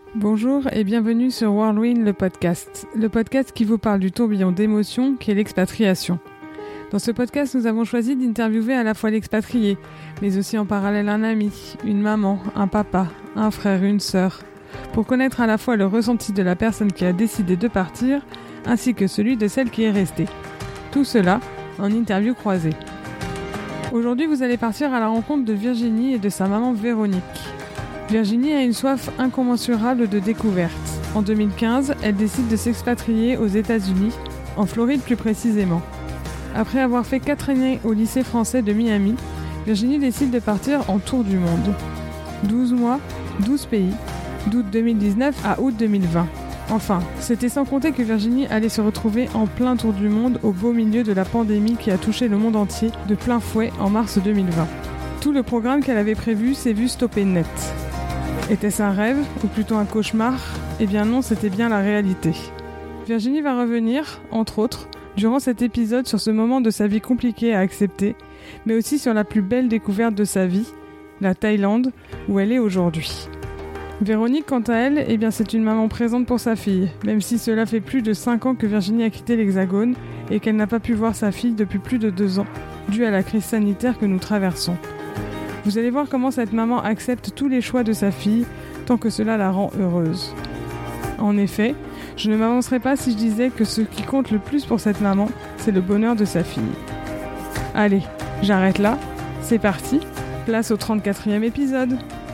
Bonjour et bienvenue sur Whirlwind, le podcast qui vous parle du tourbillon d'émotions qu'est l'expatriation. Dans ce podcast, nous avons choisi d'interviewer à la fois l'expatrié, mais aussi en parallèle un ami, une maman, un papa, un frère, une sœur, pour connaître à la fois le ressenti de la personne qui a décidé de partir, ainsi que celui de celle qui est restée. Tout cela en interview croisée. Aujourd'hui, vous allez partir à la rencontre de Virginie et de sa maman Véronique. Virginie a une soif incommensurable de découverte. En 2015, elle décide de s'expatrier aux États-Unis, en Floride plus précisément. Après avoir fait 4 années au lycée français de Miami, Virginie décide de partir en tour du monde. 12 mois, 12 pays, d'août 2019 à août 2020. Enfin, c'était sans compter que Virginie allait se retrouver en plein tour du monde au beau milieu de la pandémie qui a touché le monde entier de plein fouet en mars 2020. Tout le programme qu'elle avait prévu s'est vu stopper net. Était-ce un rêve, ou plutôt un cauchemar ? Eh bien non, c'était bien la réalité. Virginie va revenir, entre autres, durant cet épisode sur ce moment de sa vie compliqué à accepter, mais aussi sur la plus belle découverte de sa vie, la Thaïlande, où elle est aujourd'hui. Véronique, quant à elle, eh bien c'est une maman présente pour sa fille, même si cela fait plus de 5 ans que Virginie a quitté l'Hexagone et qu'elle n'a pas pu voir sa fille depuis plus de 2 ans, dû à la crise sanitaire que nous traversons. Vous allez voir comment cette maman accepte tous les choix de sa fille, tant que cela la rend heureuse. En effet, je ne m'avancerai pas si je disais que ce qui compte le plus pour cette maman, c'est le bonheur de sa fille. Allez, j'arrête là, c'est parti, place au 34e épisode.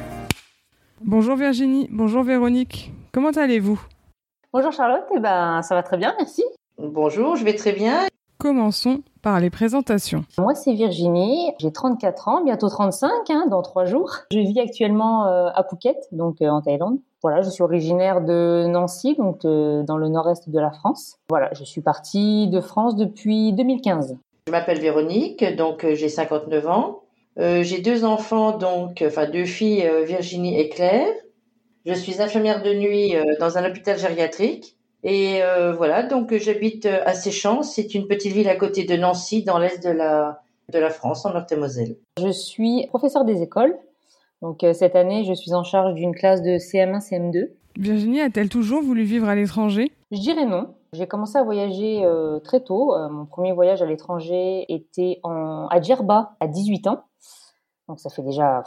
Bonjour Virginie, bonjour Véronique, comment allez-vous ? Bonjour Charlotte, ça va très bien, merci. Bonjour, je vais très bien. Commençons par les présentations. Moi, c'est Virginie, j'ai 34 ans, bientôt 35, dans 3 jours. Je vis actuellement à Phuket, donc en Thaïlande. Voilà, je suis originaire de Nancy, donc dans le nord-est de la France. Voilà, je suis partie de France depuis 2015. Je m'appelle Véronique, donc j'ai 59 ans. J'ai 2 enfants, 2 filles, Virginie et Claire. Je suis infirmière de nuit dans un hôpital gériatrique. Et voilà, donc j'habite à Séchamps, c'est une petite ville à côté de Nancy, dans l'est de la France, en Meurthe-et-Moselle. Je suis professeure des écoles, donc cette année je suis en charge d'une classe de CM1, CM2. Virginie a-t-elle toujours voulu vivre à l'étranger ? Je dirais non. J'ai commencé à voyager très tôt. Mon premier voyage à l'étranger était à Djerba, à 18 ans. Donc ça fait déjà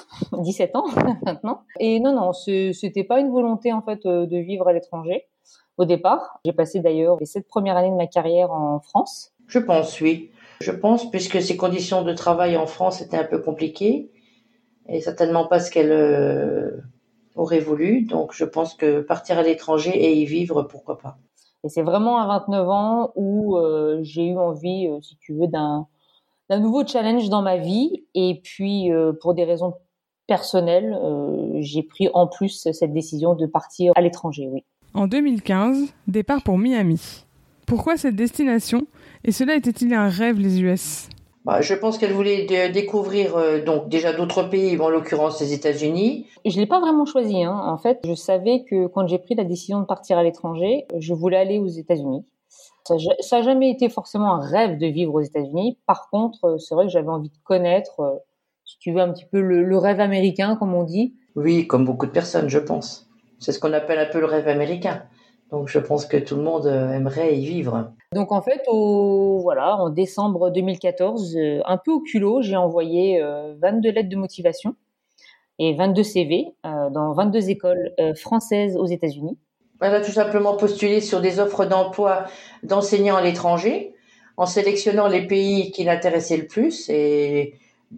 17 ans maintenant. Et non, c'était pas une volonté en fait de vivre à l'étranger. Au départ, j'ai passé d'ailleurs les 7 premières années de ma carrière en France. Je pense, oui. Je pense, puisque ces conditions de travail en France étaient un peu compliquées et certainement pas ce qu'elle aurait voulu. Donc je pense que partir à l'étranger et y vivre, pourquoi pas. Et c'est vraiment à 29 ans où j'ai eu envie, si tu veux, d'un nouveau challenge dans ma vie. Et puis, pour des raisons personnelles, j'ai pris en plus cette décision de partir à l'étranger, oui. En 2015, départ pour Miami. Pourquoi cette destination ? Et cela était-il un rêve, les US ? Je pense qu'elle voulait découvrir donc déjà d'autres pays, en l'occurrence les États-Unis. Je l'ai pas vraiment choisi, En fait, je savais que quand j'ai pris la décision de partir à l'étranger, je voulais aller aux États-Unis. Ça n'a jamais été forcément un rêve de vivre aux États-Unis. Par contre, c'est vrai que j'avais envie de connaître, si tu veux, un petit peu le rêve américain, comme on dit. Oui, comme beaucoup de personnes, je pense. C'est ce qu'on appelle un peu le rêve américain. Donc, je pense que tout le monde aimerait y vivre. Donc, en fait, en décembre 2014, un peu au culot, j'ai envoyé 22 lettres de motivation et 22 CV dans 22 écoles françaises aux États-Unis. Elle a tout simplement postulé sur des offres d'emploi d'enseignants à l'étranger, en sélectionnant les pays qui l'intéressaient le plus. Et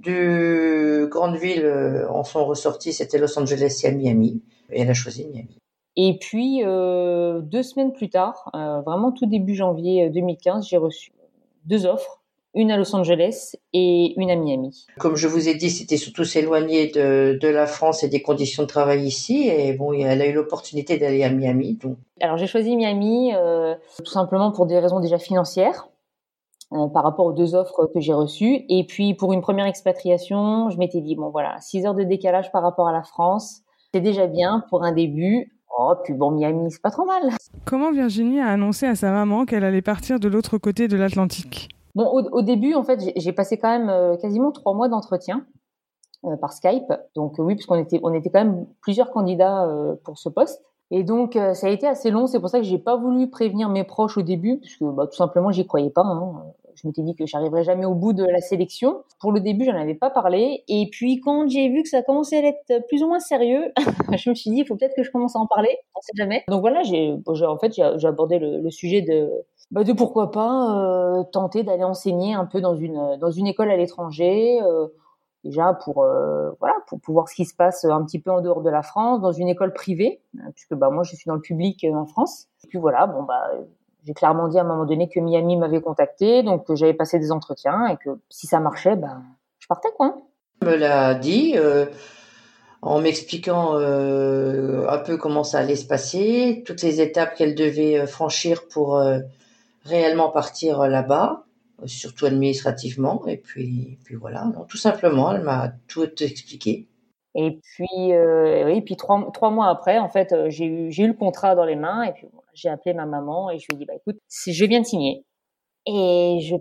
2 grandes villes en sont ressorties, c'était Los Angeles et Miami. Et elle a choisi Miami. Et puis, 2 semaines plus tard, vraiment tout début janvier 2015, j'ai reçu 2 offres, une à Los Angeles et une à Miami. Comme je vous ai dit, c'était surtout s'éloigner de la France et des conditions de travail ici. Et bon, elle a eu l'opportunité d'aller à Miami. Donc. Alors, j'ai choisi Miami tout simplement pour des raisons déjà financières. Par rapport aux 2 offres que j'ai reçues. Et puis, pour une première expatriation, je m'étais dit, 6 heures de décalage par rapport à la France, c'est déjà bien pour un début. Puis Miami, c'est pas trop mal. Comment Virginie a annoncé à sa maman qu'elle allait partir de l'autre côté de l'Atlantique ? Au début, en fait, j'ai passé quand même quasiment 3 mois d'entretien. par Skype. Donc oui, puisqu'on était quand même plusieurs candidats pour ce poste. Et donc ça a été assez long. C'est pour ça que j'ai pas voulu prévenir mes proches au début, puisque tout simplement j'y croyais pas. Je m'étais dit que j'arriverais jamais au bout de la sélection. Pour le début, j'en avais pas parlé. Et puis, quand j'ai vu que ça commençait à être plus ou moins sérieux, je me suis dit, il faut peut-être que je commence à en parler. On sait jamais. Donc voilà, j'ai abordé le sujet de pourquoi pas tenter d'aller enseigner un peu dans une école à l'étranger. Déjà pour voir ce qui se passe un petit peu en dehors de la France, dans une école privée, puisque moi je suis dans le public en France. Et puis voilà, j'ai clairement dit à un moment donné que Miami m'avait contacté, donc que j'avais passé des entretiens et que si ça marchait, je partais quoi. On me l'a dit en m'expliquant un peu comment ça allait se passer, toutes les étapes qu'elle devait franchir pour réellement partir là-bas, surtout administrativement. Et puis voilà, donc, tout simplement, elle m'a tout expliqué. Et puis, puis trois mois après, en fait, j'ai eu le contrat dans les mains et puis j'ai appelé ma maman et je lui ai dit, écoute, je viens de signer et je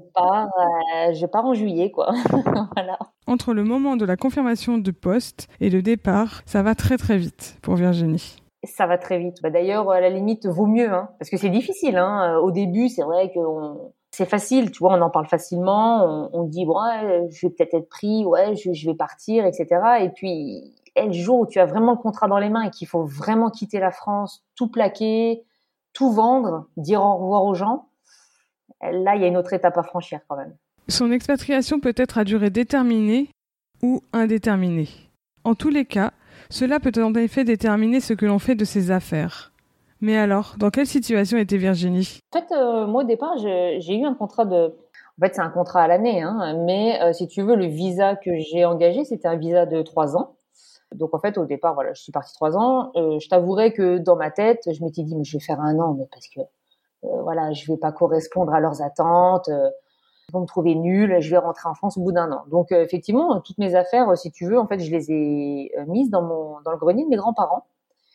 pars en juillet, quoi. Voilà. Entre le moment de la confirmation de poste et le départ, ça va très très vite pour Virginie. Ça va très vite. D'ailleurs, à la limite, vaut mieux, parce que c'est difficile. Au début, c'est vrai que c'est facile, tu vois, on en parle facilement, on dit je vais peut-être être pris, je vais partir, etc. Et puis, le jour où tu as vraiment le contrat dans les mains et qu'il faut vraiment quitter la France, tout plaquer, tout vendre, dire au revoir aux gens, là, il y a une autre étape à franchir quand même. Son expatriation peut être à durée déterminée ou indéterminée. En tous les cas, cela peut en effet déterminer ce que l'on fait de ses affaires. Mais alors, dans quelle situation était Virginie ? En fait, moi au départ, j'ai eu un contrat En fait, c'est un contrat à l'année, mais si tu veux, le visa que j'ai engagé, c'était un visa de 3 ans. Donc en fait, au départ, voilà, je suis partie 3 ans. Je t'avouerai que dans ma tête, je m'étais dit, mais je vais faire 1 an, mais parce que je vais pas correspondre à leurs attentes. Ils vont me trouver nulle, je vais rentrer en France au bout d'1 an. Donc effectivement, toutes mes affaires, si tu veux, en fait, je les ai mises dans le grenier de mes grands-parents.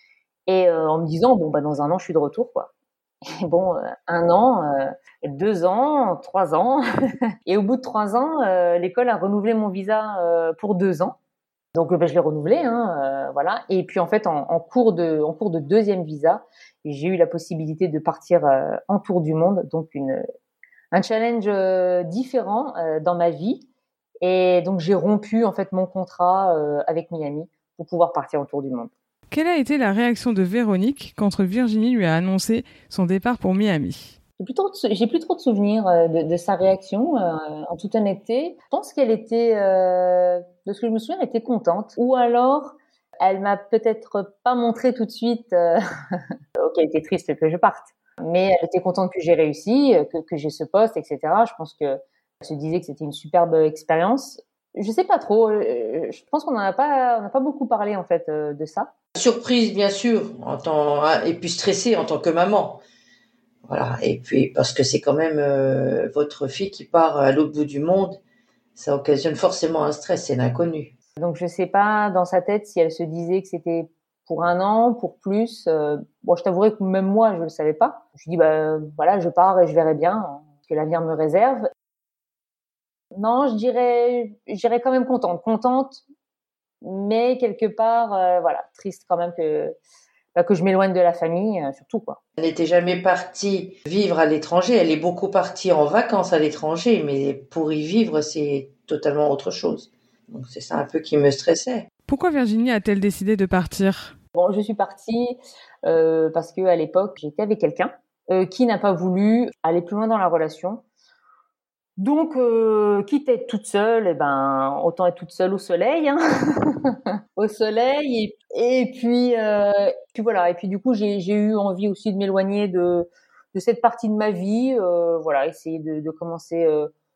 Et en me disant, dans 1 an, je suis de retour, quoi. Et 1 an, 2 ans, 3 ans. Et au bout de 3 ans, l'école a renouvelé mon visa pour 2 ans. Donc je l'ai renouvelé, voilà. Et puis en fait, en cours de deuxième visa, j'ai eu la possibilité de partir en tour du monde, donc un challenge différent dans ma vie. Et donc j'ai rompu en fait mon contrat avec Miami pour pouvoir partir en tour du monde. Quelle a été la réaction de Véronique quand Virginie lui a annoncé son départ pour Miami ? J'ai plus trop de souvenirs de sa réaction, en toute honnêteté. Je pense qu'elle était, de ce que je me souviens, elle était contente. Ou alors, elle m'a peut-être pas montré tout de suite qu'elle était triste que je parte. Mais elle était contente que j'ai réussi, que j'ai ce poste, etc. Je pense qu'elle se disait que c'était une superbe expérience. Je sais pas trop. Je pense qu'on n'a pas beaucoup parlé en fait de ça. Surprise, bien sûr, et puis stressée en tant que maman. Voilà. Et puis parce que c'est quand même votre fille qui part à l'autre bout du monde, ça occasionne forcément un stress, c'est l'inconnu. Donc je sais pas dans sa tête si elle se disait que c'était pour 1 an, pour plus. Je t'avouerai que même moi je le savais pas. Je dis je pars et je verrai bien ce que l'avenir me réserve. Non, je dirais quand même contente, mais quelque part triste quand même que je m'éloigne de la famille, surtout quoi. Elle n'était jamais partie vivre à l'étranger, elle est beaucoup partie en vacances à l'étranger, mais pour y vivre, c'est totalement autre chose. Donc c'est ça un peu qui me stressait. Pourquoi Virginie a-t-elle décidé de partir ? Je suis partie parce que à l'époque, j'étais avec quelqu'un qui n'a pas voulu aller plus loin dans la relation. Donc, quitte à être toute seule, autant être toute seule au soleil, au soleil. Et puis voilà. Et puis du coup, j'ai eu envie aussi de m'éloigner de cette partie de ma vie. Essayer de commencer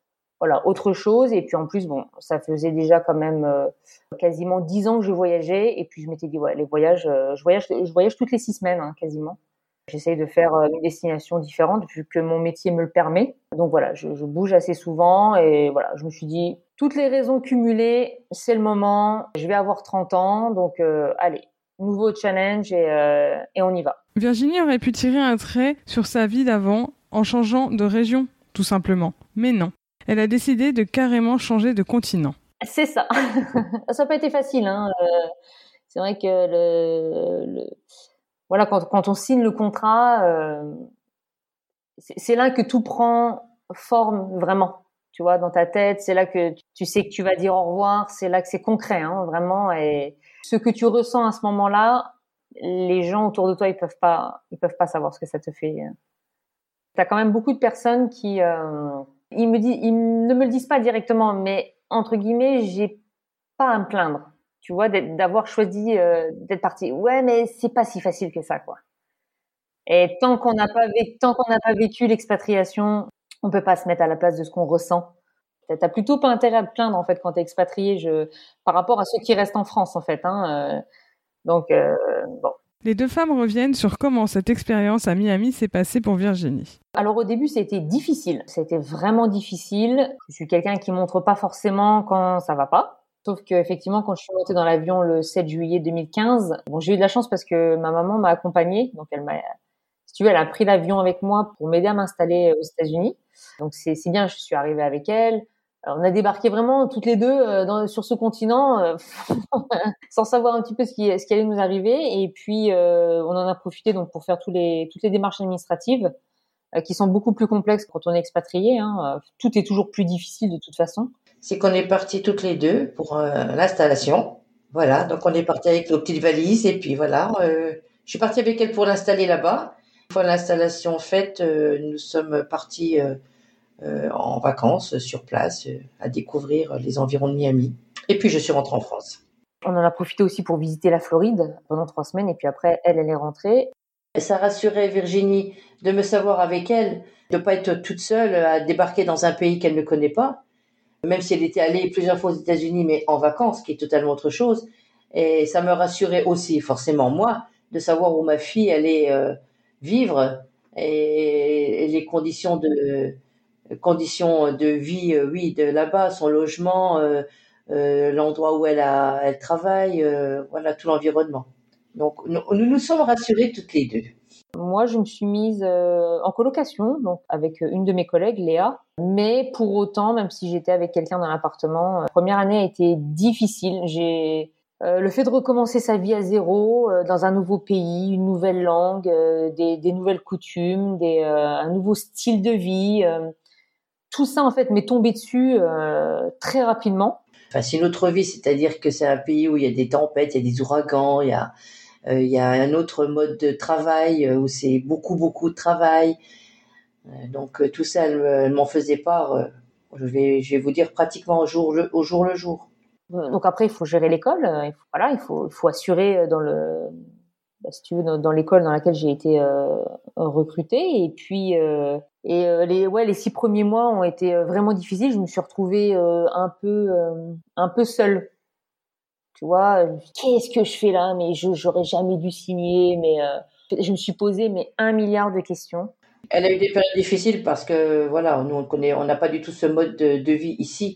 autre chose. Et puis en plus, ça faisait déjà quand même quasiment 10 ans que je voyageais. Et puis je m'étais dit, les voyages, je voyage toutes les 6 semaines, quasiment. J'essaye de faire une destination différente vu que mon métier me le permet. Donc voilà, je bouge assez souvent et voilà, je me suis dit, toutes les raisons cumulées, c'est le moment. Je vais avoir 30 ans, donc allez, nouveau challenge et on y va. Virginie aurait pu tirer un trait sur sa vie d'avant en changeant de région, tout simplement. Mais non, elle a décidé de carrément changer de continent. C'est ça. Ça n'a pas été facile, hein. C'est vrai que voilà, quand on signe le contrat, c'est là que tout prend forme vraiment. Tu vois, dans ta tête, c'est là que tu sais que tu vas dire au revoir. C'est là que c'est concret, hein, vraiment. Et ce que tu ressens à ce moment-là, les gens autour de toi, ils peuvent pas savoir ce que ça te fait. T'as quand même beaucoup de personnes qui, ils ne me le disent pas directement, mais entre guillemets, j'ai pas à me plaindre. Tu vois, d'avoir choisi d'être parti. Ouais, mais c'est pas si facile que ça, quoi. Et tant qu'on n'a pas vécu l'expatriation, on peut pas se mettre à la place de ce qu'on ressent. T'as plutôt pas intérêt à te plaindre en fait quand t'es expatrié, par rapport à ceux qui restent en France en fait. Hein, donc bon. Les deux femmes reviennent sur comment cette expérience à Miami s'est passée pour Virginie. Alors au début, c'était difficile. C'était vraiment difficile. Je suis quelqu'un qui montre pas forcément quand ça va pas. Sauf que effectivement, quand je suis montée dans l'avion le 7 juillet 2015, bon, j'ai eu de la chance parce que ma maman m'a accompagnée. Donc si tu veux, elle a pris l'avion avec moi pour m'aider à m'installer aux États-Unis. Donc c'est bien, je suis arrivée avec elle. Alors, on a débarqué vraiment toutes les deux sur ce continent sans savoir un petit peu ce qui allait nous arriver. Et puis on en a profité donc pour faire toutes les démarches administratives qui sont beaucoup plus complexes quand on est expatrié. Hein. Tout est toujours plus difficile de toute façon. C'est qu'on est partis toutes les deux pour l'installation. Voilà, donc on est partis avec nos petites valises et puis voilà. Je suis partie avec elle pour l'installer là-bas. Une fois l'installation faite, nous sommes partis en vacances sur place à découvrir les environs de Miami. Et puis je suis rentrée en France. On en a profité aussi pour visiter la Floride pendant 3 semaines et puis après elle est rentrée. Ça rassurait Virginie de me savoir avec elle, de pas être toute seule à débarquer dans un pays qu'elle ne connaît pas, même si elle était allée plusieurs fois aux États-Unis, mais en vacances, qui est totalement autre chose. Et ça me rassurait aussi, forcément moi, de savoir où ma fille allait vivre et les conditions de vie, oui, de là-bas, son logement, l'endroit où elle travaille, voilà, tout l'environnement. Donc, nous sommes rassurés toutes les deux. Moi, je me suis mise en colocation, donc avec une de mes collègues, Léa. Mais pour autant, même si j'étais avec quelqu'un dans l'appartement, la première année a été difficile. Le fait de recommencer sa vie à zéro, dans un nouveau pays, une nouvelle langue, des nouvelles coutumes, un nouveau style de vie, tout ça en fait m'est tombé dessus très rapidement. Enfin, c'est une autre vie, c'est-à-dire que c'est un pays où il y a des tempêtes, il y a des ouragans, il y a un autre mode de travail où c'est beaucoup de travail. Donc tout ça, elle m'en faisait part. Je vais vous dire pratiquement au jour le jour. Donc après, il faut gérer l'école. Il faut assurer si tu veux, dans l'école dans laquelle j'ai été recrutée. Et puis les 6 premiers mois ont été vraiment difficiles. Je me suis retrouvée un peu seule. Tu vois, qu'est-ce que je fais là? Mais j'aurais jamais dû signer. Mais je me suis posé 1 milliard de questions. Elle a eu des périodes difficiles parce que voilà, nous on n'a pas du tout ce mode de vie ici.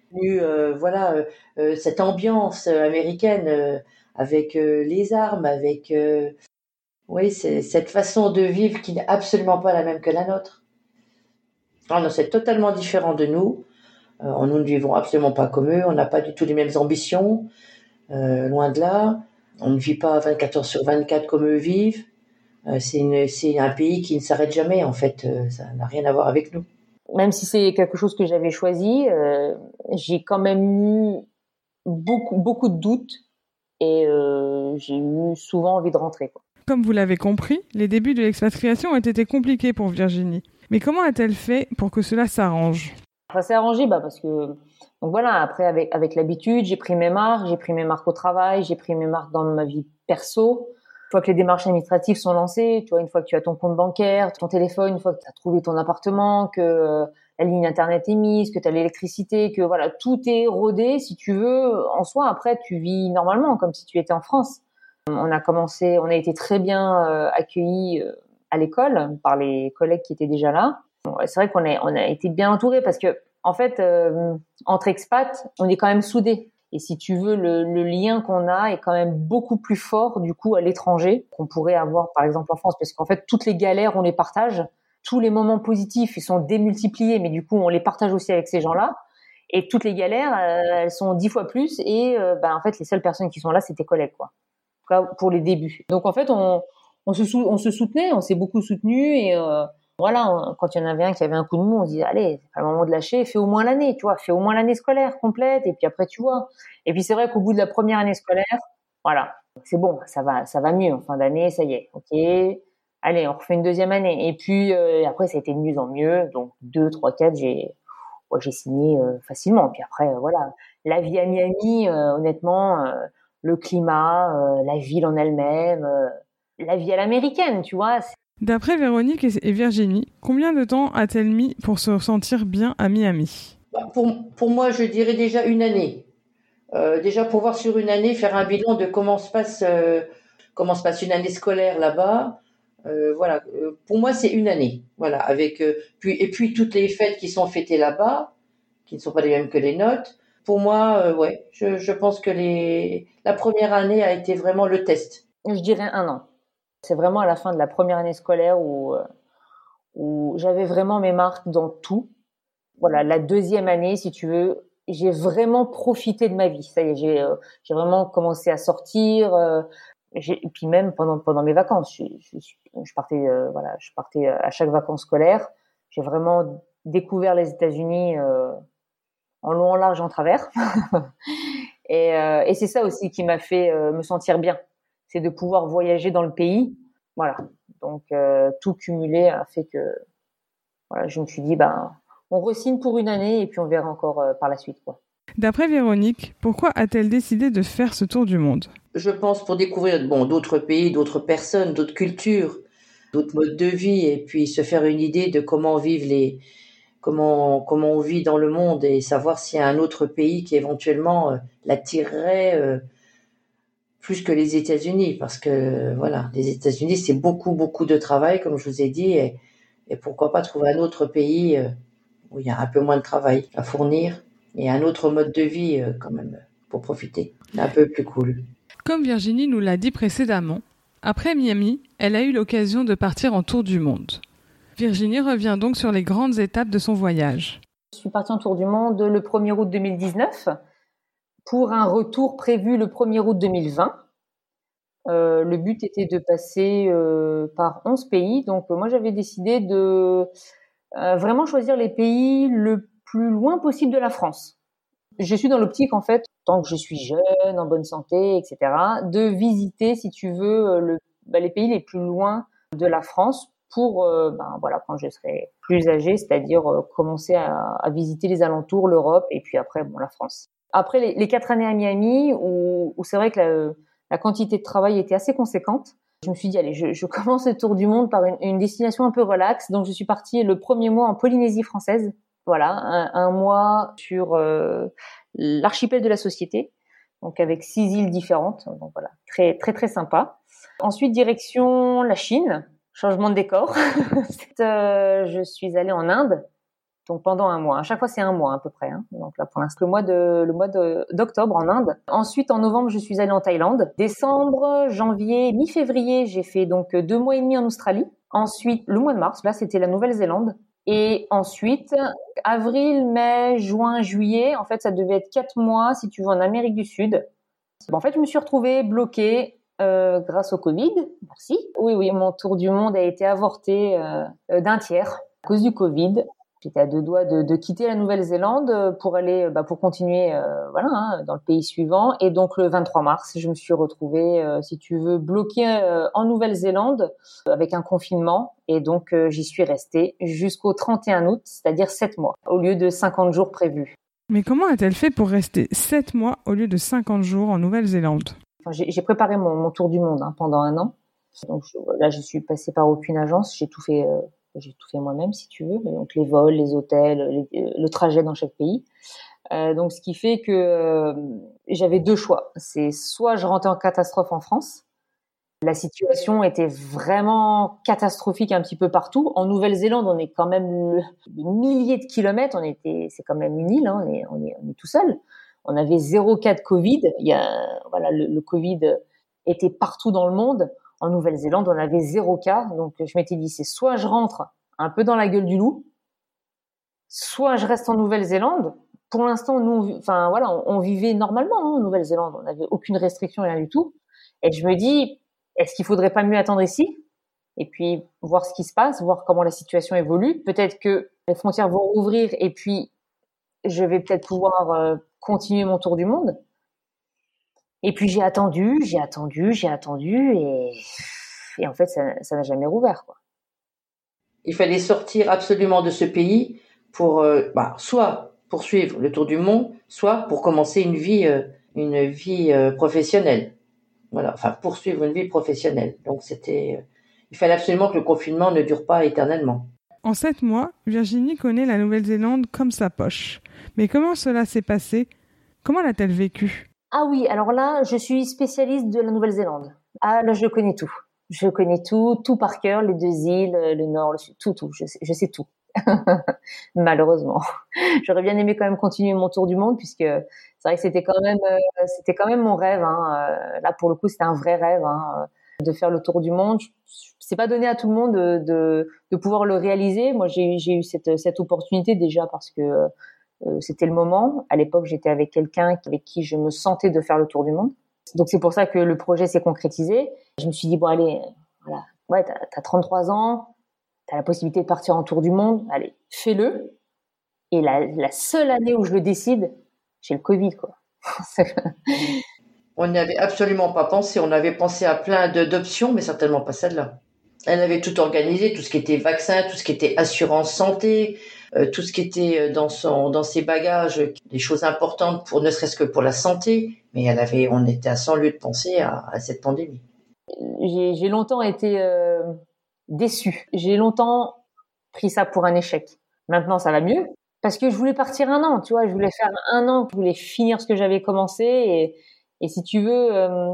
Cette ambiance américaine avec les armes, avec c'est cette façon de vivre qui n'est absolument pas la même que la nôtre. Ah non, c'est totalement différent de nous. Nous ne vivons absolument pas comme eux. On n'a pas du tout les mêmes ambitions. Loin de là. On ne vit pas 24 heures sur 24 comme eux vivent. C'est un pays qui ne s'arrête jamais, en fait. Ça n'a rien à voir avec nous. Même si c'est quelque chose que j'avais choisi, j'ai quand même eu beaucoup de doutes et j'ai eu souvent envie de rentrer, quoi. Comme vous l'avez compris, les débuts de l'expatriation ont été compliqués pour Virginie. Mais comment a-t-elle fait pour que cela s'arrange ? Ça s'est arrangé parce que donc voilà, après avec l'habitude, j'ai pris mes marques au travail, j'ai pris mes marques dans ma vie perso. Une fois que les démarches administratives sont lancées, tu vois, une fois que tu as ton compte bancaire, ton téléphone, une fois que tu as trouvé ton appartement, que la ligne internet est mise, que tu as l'électricité, que voilà, tout est rodé, si tu veux, en soi, après, tu vis normalement, comme si tu étais en France. On a été très bien accueillis à l'école par les collègues qui étaient déjà là. C'est vrai qu'on a été bien entourés parce que, en fait, entre expats, on est quand même soudés. Et si tu veux, le lien qu'on a est quand même beaucoup plus fort, du coup, à l'étranger, qu'on pourrait avoir, par exemple, en France. Parce qu'en fait, toutes les galères, on les partage. Tous les moments positifs, ils sont démultipliés, mais du coup, on les partage aussi avec ces gens-là. Et toutes les galères, elles sont 10 fois plus. Et en fait, les seules personnes qui sont là, c'est tes collègues, quoi. En tout cas, pour les débuts. Donc en fait, on se soutenait, on s'est beaucoup soutenu. Et voilà, quand il y en avait un qui avait un coup de mou, on se disait allez, c'est pas le moment de lâcher, fais au moins l'année, tu vois, fais au moins l'année scolaire complète. Et puis après, tu vois. Et puis c'est vrai qu'au bout de la première année scolaire, voilà, c'est bon, ça va mieux. En fin d'année, ça y est, ok. Allez, on refait une deuxième année. Et puis après, ça a été de mieux en mieux. Donc 2, 3, 4, j'ai signé facilement. Puis après, voilà, la vie à Miami, honnêtement, le climat, la ville en elle-même, la vie à l'américaine, tu vois. D'après Véronique et Virginie, combien de temps a-t-elle mis pour se sentir bien à Miami ? Pour moi, je dirais déjà une année. Déjà pouvoir sur une année faire un bilan de comment se passe une année scolaire là-bas. Voilà, pour moi c'est une année. Voilà, avec puis toutes les fêtes qui sont fêtées là-bas, qui ne sont pas les mêmes que les nôtres. Pour moi, ouais, je pense que la première année a été vraiment le test. Je dirais 1 an. C'est vraiment à la fin de la première année scolaire où j'avais vraiment mes marques dans tout. Voilà, la deuxième année, si tu veux, j'ai vraiment profité de ma vie. Ça y est, j'ai vraiment commencé à sortir. Et puis même pendant mes vacances, je partais, je partais à chaque vacances scolaires. J'ai vraiment découvert les États-Unis en long, en large, en travers. Et c'est ça aussi qui m'a fait me sentir bien, c'est de pouvoir voyager dans le pays. Voilà. Donc tout cumulé a fait que voilà, je me suis dit on re-signe pour une année et puis on verra encore par la suite, quoi. D'après Véronique, pourquoi a-t-elle décidé de faire ce tour du monde ? Je pense pour découvrir d'autres pays, d'autres personnes, d'autres cultures, d'autres modes de vie, et puis se faire une idée de comment comment on vit dans le monde, et savoir s'il y a un autre pays qui éventuellement l'attirerait plus que les États-Unis, parce que voilà, les États-Unis c'est beaucoup de travail, comme je vous ai dit, et pourquoi pas trouver un autre pays où il y a un peu moins de travail à fournir et un autre mode de vie quand même pour profiter. C'est un peu plus cool. Comme Virginie nous l'a dit précédemment, après Miami, elle a eu l'occasion de partir en tour du monde. Virginie revient donc sur les grandes étapes de son voyage. Je suis partie en tour du monde le 1er août 2019 pour un retour prévu le 1er août 2020. Le but était de passer par 11 pays. Donc moi, j'avais décidé de vraiment choisir les pays le plus loin possible de la France. Je suis dans l'optique, en fait, tant que je suis jeune, en bonne santé, etc., de visiter, si tu veux, les pays les plus loin de la France pour, quand je serai plus âgée, c'est-à-dire commencer à visiter les alentours, l'Europe, et puis après, la France. Après les 4 années à Miami, où c'est vrai que la quantité de travail était assez conséquente, je me suis dit, allez, je commence le tour du monde par une destination un peu relaxe. Donc, je suis partie le premier mois en Polynésie française. Voilà, un mois sur l'archipel de la Société, donc avec 6 îles différentes. Donc voilà, très très très sympa. Ensuite, direction la Chine, changement de décor. Je suis allée en Inde, donc pendant un mois. À chaque fois, c'est un mois à peu près. Donc là, pour l'instant, le mois d'octobre en Inde. Ensuite, en novembre, je suis allée en Thaïlande. Décembre, janvier, mi-février, j'ai fait donc 2 mois et demi en Australie. Ensuite, le mois de mars, là, c'était la Nouvelle-Zélande. Et ensuite, avril, mai, juin, juillet, en fait, ça devait être 4 mois, si tu veux, en Amérique du Sud. En fait, je me suis retrouvée bloquée grâce au Covid. Merci. Oui, mon tour du monde a été avorté d'un tiers à cause du Covid. J'étais à 2 doigts de quitter la Nouvelle-Zélande pour aller, pour continuer, dans le pays suivant. Et donc, le 23 mars, je me suis retrouvée, si tu veux, bloquée en Nouvelle-Zélande avec un confinement. Et donc, j'y suis restée jusqu'au 31 août, c'est-à-dire 7 mois, au lieu de 50 jours prévus. Mais comment a-t-elle fait pour rester 7 mois au lieu de 50 jours en Nouvelle-Zélande ? J'ai préparé mon tour du monde pendant 1 an. Donc là, je suis passée par aucune agence. J'ai tout fait moi-même, si tu veux. Donc les vols, les hôtels, le trajet dans chaque pays. Donc ce qui fait que j'avais 2 choix. C'est soit je rentrais en catastrophe en France. La situation était vraiment catastrophique un petit peu partout. En Nouvelle-Zélande, on est quand même des milliers de kilomètres. C'est quand même une île. On est tout seul. On avait 0 cas de Covid. Le Covid était partout dans le monde. En Nouvelle-Zélande, on avait 0 cas. Donc, je m'étais dit, c'est soit je rentre un peu dans la gueule du loup, soit je reste en Nouvelle-Zélande, pour l'instant, nous, enfin voilà, on vivait normalement en Nouvelle-Zélande. On n'avait aucune restriction, rien du tout. Et je me dis, est-ce qu'il faudrait pas mieux attendre ici et puis voir ce qui se passe, voir comment la situation évolue. Peut-être que les frontières vont rouvrir et puis je vais peut-être pouvoir continuer mon tour du monde. Et puis j'ai attendu et en fait ça n'a jamais rouvert, quoi. Il fallait sortir absolument de ce pays pour soit poursuivre le tour du monde, soit pour commencer une vie professionnelle. Voilà, enfin poursuivre une vie professionnelle. Donc il fallait absolument que le confinement ne dure pas éternellement. En 7 mois, Virginie connaît la Nouvelle-Zélande comme sa poche. Mais comment cela s'est passé ? Comment l'a-t-elle vécu ? Ah oui, alors là, je suis spécialiste de la Nouvelle-Zélande. Ah là, je connais tout. Je connais tout par cœur, les 2 îles, le nord, le sud, tout. Je sais tout. Malheureusement. J'aurais bien aimé quand même continuer mon tour du monde puisque c'est vrai que c'était quand même mon rêve, hein. Là, pour le coup, c'était un vrai rêve, hein, de faire le tour du monde. C'est pas donné à tout le monde de pouvoir le réaliser. Moi, j'ai eu cette opportunité déjà parce que c'était le moment. À l'époque, j'étais avec quelqu'un avec qui je me sentais de faire le tour du monde. Donc, c'est pour ça que le projet s'est concrétisé. Je me suis dit, bon, allez, voilà. Ouais, t'as 33 ans, t'as la possibilité de partir en tour du monde. Allez, fais-le. Et la seule année où je le décide, j'ai le Covid, quoi. On n'y avait absolument pas pensé. On avait pensé à plein d'options, mais certainement pas celle-là. Elle avait tout organisé, tout ce qui était vaccin, tout ce qui était assurance santé, tout ce qui était dans ses bagages, des choses importantes ne serait-ce que pour la santé. Mais on était à 100 lieues de penser à cette pandémie. J'ai longtemps été déçue. J'ai longtemps pris ça pour un échec. Maintenant, ça va mieux parce que je voulais partir 1 an, tu vois. Je voulais faire 1 an, je voulais finir ce que j'avais commencé et si tu veux,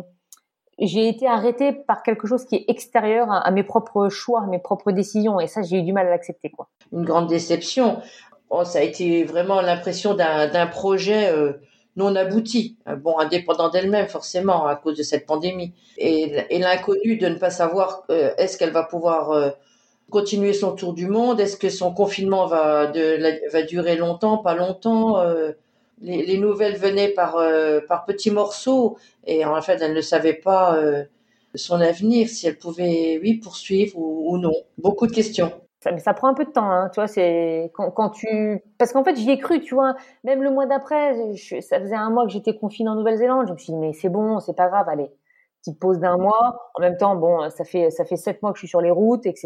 j'ai été arrêtée par quelque chose qui est extérieur à mes propres choix, à mes propres décisions et ça, j'ai eu du mal à l'accepter, quoi. Une grande déception. Ça a été vraiment l'impression d'un projet non abouti, indépendant d'elle-même forcément à cause de cette pandémie et l'inconnu de ne pas savoir est-ce qu'elle va pouvoir continuer son tour du monde, est-ce que son confinement va durer longtemps, pas longtemps. Les nouvelles venaient par petits morceaux et en fait elle ne savait pas son avenir, si elle pouvait poursuivre ou non. Beaucoup de questions. Mais ça prend un peu de temps, hein. Tu vois, c'est parce qu'en fait, j'y ai cru, tu vois. Même le mois d'après, ça faisait 1 mois que j'étais confinée en Nouvelle-Zélande. Je me suis dit, mais c'est bon, c'est pas grave, allez. Petite pause d'1 mois. En même temps, bon, ça fait 7 mois que je suis sur les routes, etc.,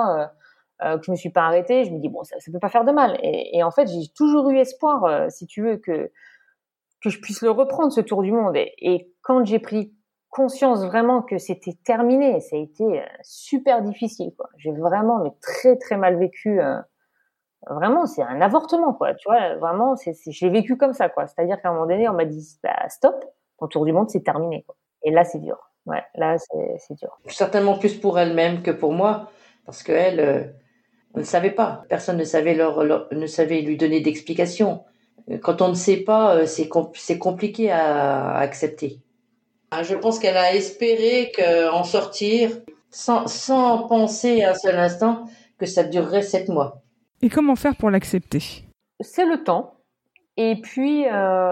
que je me suis pas arrêtée. Je me dis, bon, ça peut pas faire de mal. Et en fait, j'ai toujours eu espoir, si tu veux, que je puisse le reprendre, ce tour du monde. Et quand j'ai pris conscience vraiment que c'était terminé, ça a été super difficile, quoi. J'ai vraiment très très mal vécu. Vraiment, c'est un avortement, quoi. Tu vois, vraiment, je l'ai vécu comme ça, quoi. C'est-à-dire qu'à un moment donné, on m'a dit, stop, ton tour du monde, c'est terminé, quoi. Et là, c'est dur. Ouais, là, c'est dur. Certainement plus pour elle-même que pour moi, parce qu'elle ne savait pas. Personne ne savait ne savait lui donner d'explication. Quand on ne sait pas, c'est compliqué à accepter. Je pense qu'elle a espéré en sortir sans penser un seul instant que ça durerait 7 mois. Et comment faire pour l'accepter ? C'est le temps. Et puis,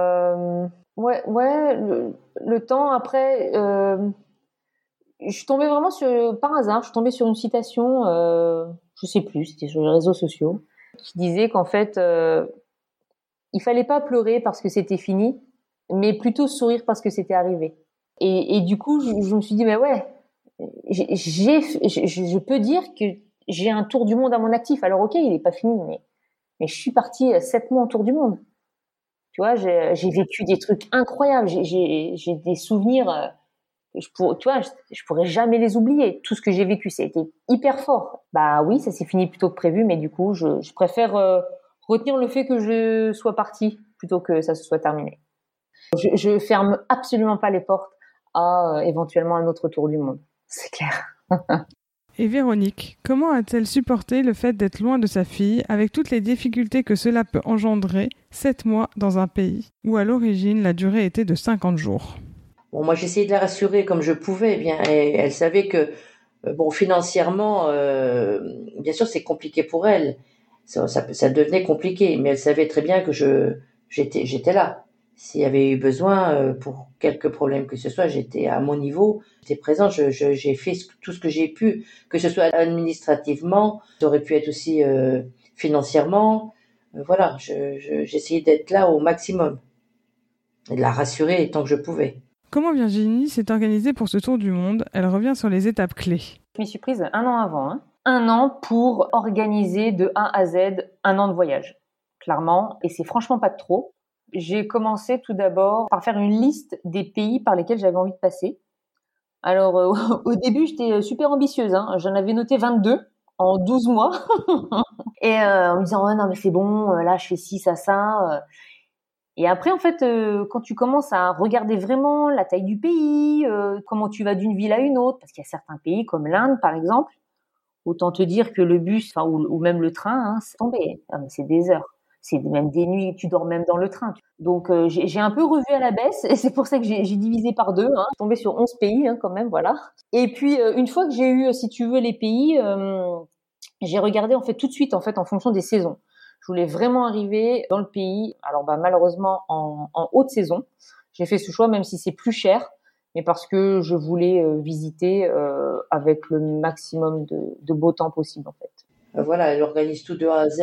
le temps. Après, je suis tombée vraiment par hasard, je suis tombée sur une citation, je sais plus, c'était sur les réseaux sociaux, qui disait qu'en fait, il fallait pas pleurer parce que c'était fini, mais plutôt sourire parce que c'était arrivé. Et du coup, je me suis dit, mais ouais, je peux dire que j'ai un tour du monde à mon actif. Alors ok, il est pas fini, mais je suis partie 7 mois en tour du monde. Tu vois, j'ai vécu des trucs incroyables. J'ai des souvenirs, tu vois, je pourrais jamais les oublier. Tout ce que j'ai vécu, ça a été hyper fort. Bah oui, ça s'est fini plus tôt que prévu, mais du coup, je préfère retenir le fait que je sois partie plutôt que ça se soit terminé. Je ferme absolument pas les portes à éventuellement un autre tour du monde. C'est clair. Et Véronique, comment a-t-elle supporté le fait d'être loin de sa fille avec toutes les difficultés que cela peut engendrer 7 mois dans un pays où à l'origine la durée était de 50 jours? Bon, moi j'essayais de la rassurer comme je pouvais, bien, et elle savait que financièrement, bien sûr c'est compliqué pour elle, ça devenait compliqué, mais elle savait très bien que j'étais là. S'il y avait eu besoin, pour quelques problèmes que ce soit, j'étais à mon niveau, j'étais présent, j'ai fait tout ce que j'ai pu, que ce soit administrativement, ça aurait pu être aussi financièrement. Voilà, j'essayais d'être là au maximum et de la rassurer tant que je pouvais. Comment Virginie s'est organisée pour ce tour du monde? Elle revient sur les étapes clés. Je m'y suis prise 1 an avant. 1 an pour organiser de A à Z 1 an de voyage, clairement. Et c'est franchement pas de trop. J'ai commencé tout d'abord par faire une liste des pays par lesquels j'avais envie de passer. Alors, au début, j'étais super ambitieuse. J'en avais noté 22 en 12 mois. Et en me disant, ouais, non, mais c'est bon, là, je fais ci, ça. Et après, en fait, quand tu commences à regarder vraiment la taille du pays, comment tu vas d'une ville à une autre, parce qu'il y a certains pays comme l'Inde, par exemple, autant te dire que le bus, enfin, ou même le train, c'est tombé. Ah, mais c'est des heures. C'est même des nuits, tu dors même dans le train. Donc, j'ai un peu revu à la baisse, et c'est pour ça que j'ai divisé par 2, tombé sur 11 pays, quand même, voilà. Et puis, une fois que j'ai eu, si tu veux, les pays, j'ai regardé, en fait, tout de suite, en fait, en fonction des saisons. Je voulais vraiment arriver dans le pays. Alors, malheureusement, en haute saison. J'ai fait ce choix, même si c'est plus cher, mais parce que je voulais visiter avec le maximum de beau temps possible, en fait. Voilà, elle organise tout de A à Z,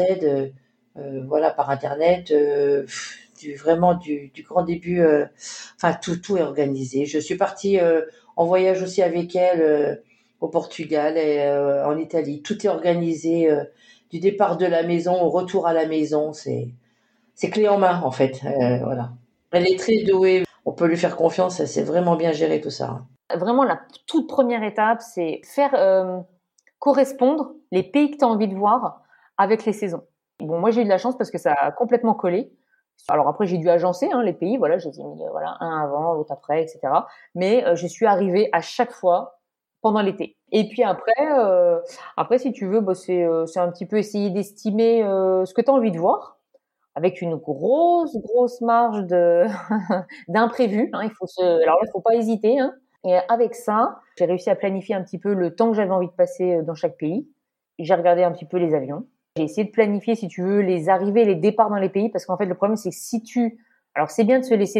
voilà, par Internet, vraiment du grand début. Enfin, tout est organisé. Je suis partie en voyage aussi avec elle au Portugal et en Italie. Tout est organisé du départ de la maison au retour à la maison. C'est clé en main, en fait. Voilà. Elle est très douée. On peut lui faire confiance. Elle sait vraiment bien gérer tout ça. Vraiment, la toute première étape, c'est faire correspondre les pays que tu as envie de voir avec les saisons. Bon, moi, j'ai eu de la chance parce que ça a complètement collé. Alors après, j'ai dû agencer les pays. Voilà, je les ai mis un avant, l'autre après, etc. Mais je suis arrivée à chaque fois pendant l'été. Et puis après, si tu veux, c'est un petit peu essayer d'estimer ce que tu as envie de voir, avec une grosse marge d'imprévu. Alors là, il faut pas hésiter. Et avec ça, j'ai réussi à planifier un petit peu le temps que j'avais envie de passer dans chaque pays. J'ai regardé un petit peu les avions. J'ai essayé de planifier, si tu veux, les arrivées, les départs dans les pays, parce qu'en fait, le problème, c'est que alors c'est bien de se laisser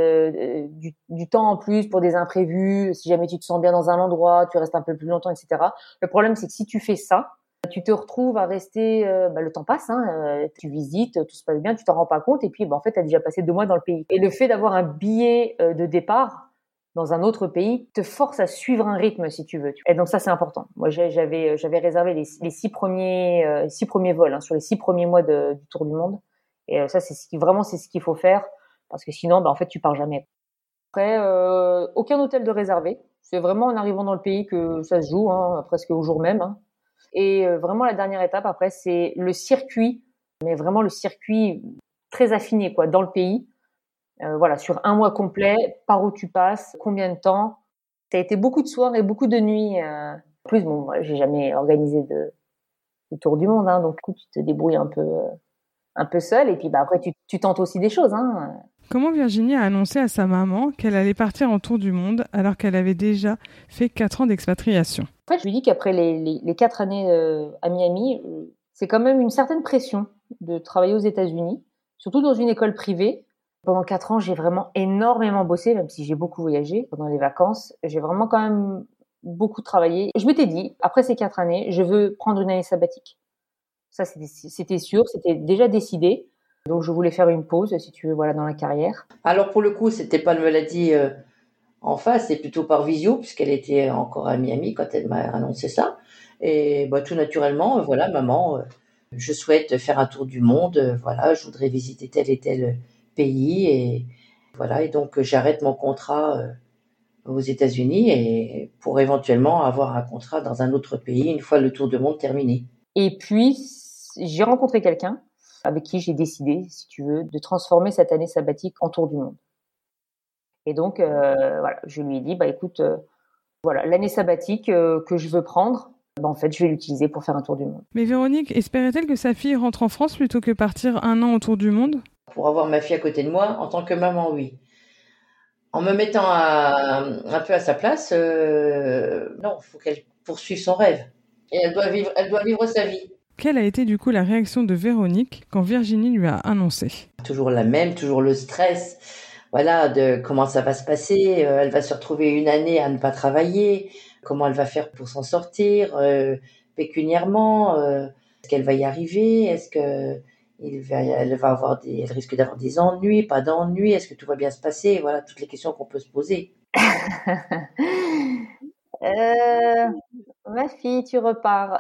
du temps en plus pour des imprévus, si jamais tu te sens bien dans un endroit, tu restes un peu plus longtemps, etc. Le problème, c'est que si tu fais ça, tu te retrouves à rester, le temps passe, tu visites, tout se passe bien, tu t'en rends pas compte, et puis en fait, tu as déjà passé 2 mois dans le pays. Et le fait d'avoir un billet de départ dans un autre pays te force à suivre un rythme, si tu veux. Et donc ça, c'est important. Moi, j'avais réservé les 6 premiers vols sur les 6 premiers mois du Tour du Monde. Et ça, c'est ce qu'il faut faire, parce que sinon, en fait, tu pars jamais. Après, aucun hôtel de réservé. C'est vraiment en arrivant dans le pays que ça se joue, presque au jour même. Et vraiment, la dernière étape, après, c'est le circuit, mais vraiment le circuit très affiné, quoi, dans le pays. Voilà, sur un mois complet, par où tu passes, combien de temps. Ça a été beaucoup de soirs et beaucoup de nuits. En plus, bon, moi, j'ai jamais organisé de tour du monde, donc du coup, tu te débrouilles un peu seule, et puis après, tu tentes aussi des choses. Comment Virginie a annoncé à sa maman qu'elle allait partir en tour du monde alors qu'elle avait déjà fait 4 ans d'expatriation? En fait, je lui dis qu'après les 4 années à Miami, c'est quand même une certaine pression de travailler aux États-Unis, surtout dans une école privée. Pendant 4 ans, j'ai vraiment énormément bossé, même si j'ai beaucoup voyagé pendant les vacances. J'ai vraiment quand même beaucoup travaillé. Je m'étais dit, après ces 4 années, je veux prendre une année sabbatique. Ça, c'était sûr, c'était déjà décidé. Donc, je voulais faire une pause, si tu veux, voilà, dans la carrière. Alors, pour le coup, c'était pas, elle me l'a dit en face, c'est plutôt par visio, puisqu'elle était encore à Miami quand elle m'a annoncé ça. Et tout naturellement, voilà, maman, je souhaite faire un tour du monde, voilà, je voudrais visiter tel et tel pays, et voilà, et donc j'arrête mon contrat aux États-Unis et pour éventuellement avoir un contrat dans un autre pays une fois le tour du monde terminé. Et puis, j'ai rencontré quelqu'un avec qui j'ai décidé, si tu veux, de transformer cette année sabbatique en tour du monde. Et donc, voilà, je lui ai dit, écoute, voilà, l'année sabbatique que je veux prendre, en fait, je vais l'utiliser pour faire un tour du monde. Mais Véronique, espérait-elle que sa fille rentre en France plutôt que partir 1 an autour du monde? Pour avoir ma fille à côté de moi, en tant que maman, oui. En me mettant un peu à sa place, non, il faut qu'elle poursuive son rêve. Et elle doit vivre sa vie. Quelle a été du coup la réaction de Véronique quand Virginie lui a annoncé ? Toujours la même, toujours le stress. Voilà, de comment ça va se passer. Elle va se retrouver une année à ne pas travailler. Comment elle va faire pour s'en sortir pécuniairement. Est-ce qu'elle va y arriver? Est-ce que elle risque d'avoir des ennuis, pas d'ennuis? Est-ce que tout va bien se passer? Voilà, toutes les questions qu'on peut se poser. Ma fille, tu repars.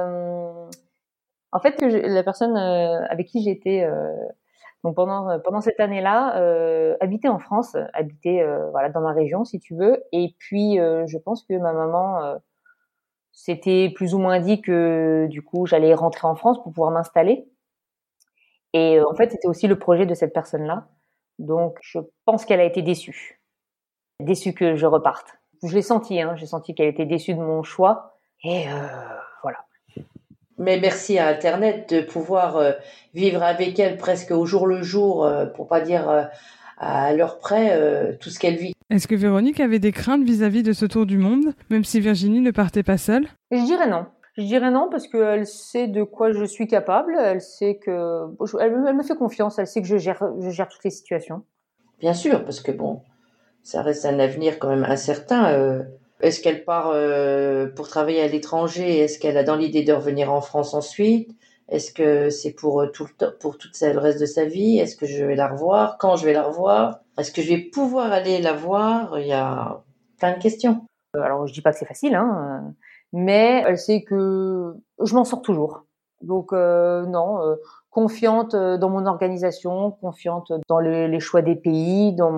En fait, la personne avec qui j'étais donc pendant cette année-là habitait en France, habitait voilà dans ma région si tu veux. Et puis je pense que ma maman s'était plus ou moins dit que du coup j'allais rentrer en France pour pouvoir m'installer. Et en fait, c'était aussi le projet de cette personne-là. Donc je pense qu'elle a été déçue que je reparte. Je l'ai senti, j'ai senti qu'elle était déçue de mon choix. Et voilà. Mais merci à Internet de pouvoir vivre avec elle presque au jour le jour, pour pas dire à l'heure près, tout ce qu'elle vit. Est-ce que Véronique avait des craintes vis-à-vis de ce tour du monde, même si Virginie ne partait pas seule ? Je dirais non. Je dirais non parce qu'elle sait de quoi je suis capable. Elle sait que elle me fait confiance. Elle sait que je gère toutes les situations. Bien sûr, parce que bon, ça reste un avenir quand même incertain. Est-ce qu'elle part pour travailler à l'étranger? Est-ce qu'elle a dans l'idée de revenir en France ensuite? Est-ce que c'est pour le reste de sa vie? Est-ce que je vais la revoir? Quand je vais la revoir? Est-ce que je vais pouvoir aller la voir? Il y a plein de questions. Alors je dis pas que c'est facile, mais elle sait que je m'en sors toujours. Donc non, confiante dans mon organisation, confiante dans les choix des pays, dans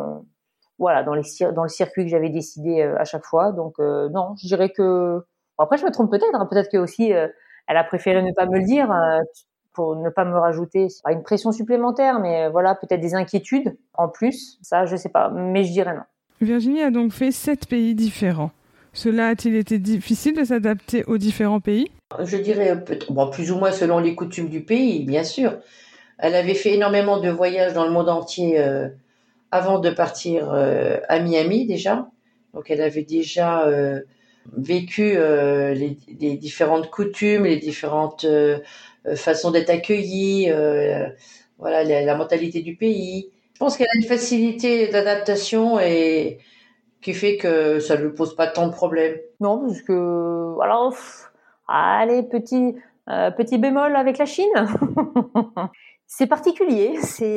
le circuit que j'avais décidé à chaque fois. Donc non, je dirais que après je me trompe peut-être, peut-être que aussi elle a préféré ne pas me le dire pour ne pas me rajouter pas une pression supplémentaire, mais voilà, peut-être des inquiétudes en plus. Ça, je sais pas, mais je dirais non. Virginie a donc fait 7 pays différents. Cela a-t-il été difficile de s'adapter aux différents pays ? Je dirais plus ou moins selon les coutumes du pays, bien sûr. Elle avait fait énormément de voyages dans le monde entier avant de partir à Miami déjà. Donc elle avait déjà vécu les différentes coutumes, les différentes façons d'être accueillie, voilà la mentalité du pays. Je pense qu'elle a une facilité d'adaptation et qui fait que ça ne lui pose pas tant de problèmes. Non, parce que alors allez, petit bémol avec la Chine. C'est particulier, c'est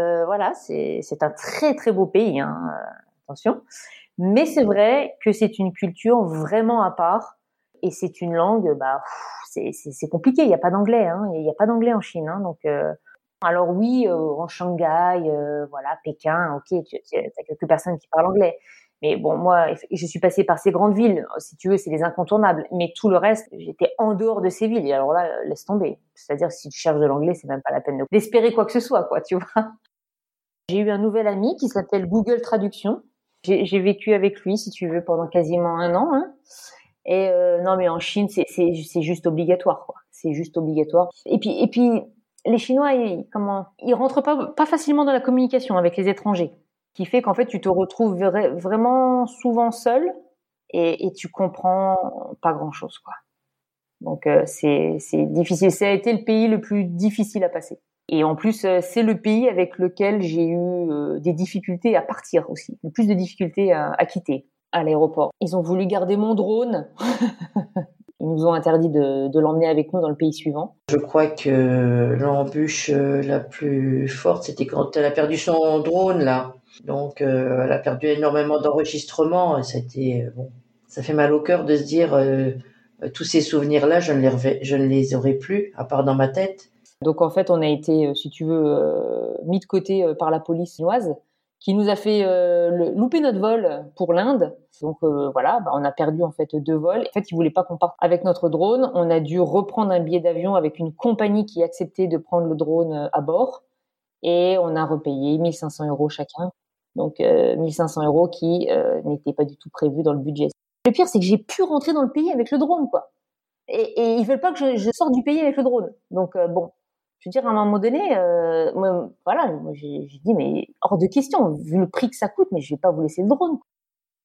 un très très beau pays, attention. Mais c'est vrai que c'est une culture vraiment à part et c'est une langue, c'est compliqué. Il y a pas d'anglais, il y a pas d'anglais en Chine, donc. Alors oui, en Shanghai, Pékin, ok, tu as quelques personnes qui parlent anglais. Mais bon, moi, je suis passée par ces grandes villes. Si tu veux, c'est les incontournables. Mais tout le reste, j'étais en dehors de ces villes. Et alors là, laisse tomber. C'est-à-dire, si tu cherches de l'anglais, c'est même pas la peine d'espérer quoi que ce soit, quoi, tu vois. J'ai eu un nouvel ami qui s'appelle Google Traduction. J'ai vécu avec lui, si tu veux, pendant quasiment 1 an. Et non, mais en Chine, c'est juste obligatoire, quoi. C'est juste obligatoire. Et puis, les Chinois, ils rentrent pas facilement dans la communication avec les étrangers, qui fait qu'en fait, tu te retrouves vraiment souvent seul et tu comprends pas grand-chose, quoi. Donc, c'est difficile. Ça a été le pays le plus difficile à passer. Et en plus, c'est le pays avec lequel j'ai eu des difficultés à partir aussi, le plus de difficultés à quitter à l'aéroport. Ils ont voulu garder mon drone. Ils nous ont interdit de l'emmener avec nous dans le pays suivant. Je crois que l'embûche la plus forte, c'était quand elle a perdu son drone, là. Donc, elle a perdu énormément d'enregistrements. Ça fait mal au cœur de se dire tous ces souvenirs-là, je ne les aurai plus, à part dans ma tête. Donc, en fait, on a été, si tu veux, mis de côté par la police chinoise, qui nous a fait louper notre vol pour l'Inde. Donc on a perdu en fait 2 vols. En fait, ils voulaient pas qu'on parte avec notre drone. On a dû reprendre un billet d'avion avec une compagnie qui acceptait de prendre le drone à bord. Et on a repayé 1 500 € chacun. Donc 1 500 € qui n'étaient pas du tout prévus dans le budget. Le pire, c'est que j'ai pu rentrer dans le pays avec le drone, quoi. Et ils veulent pas que je sorte du pays avec le drone. Donc bon. Je veux dire, à un moment donné, moi j'ai dit, mais hors de question, vu le prix que ça coûte, mais je vais pas vous laisser le drone.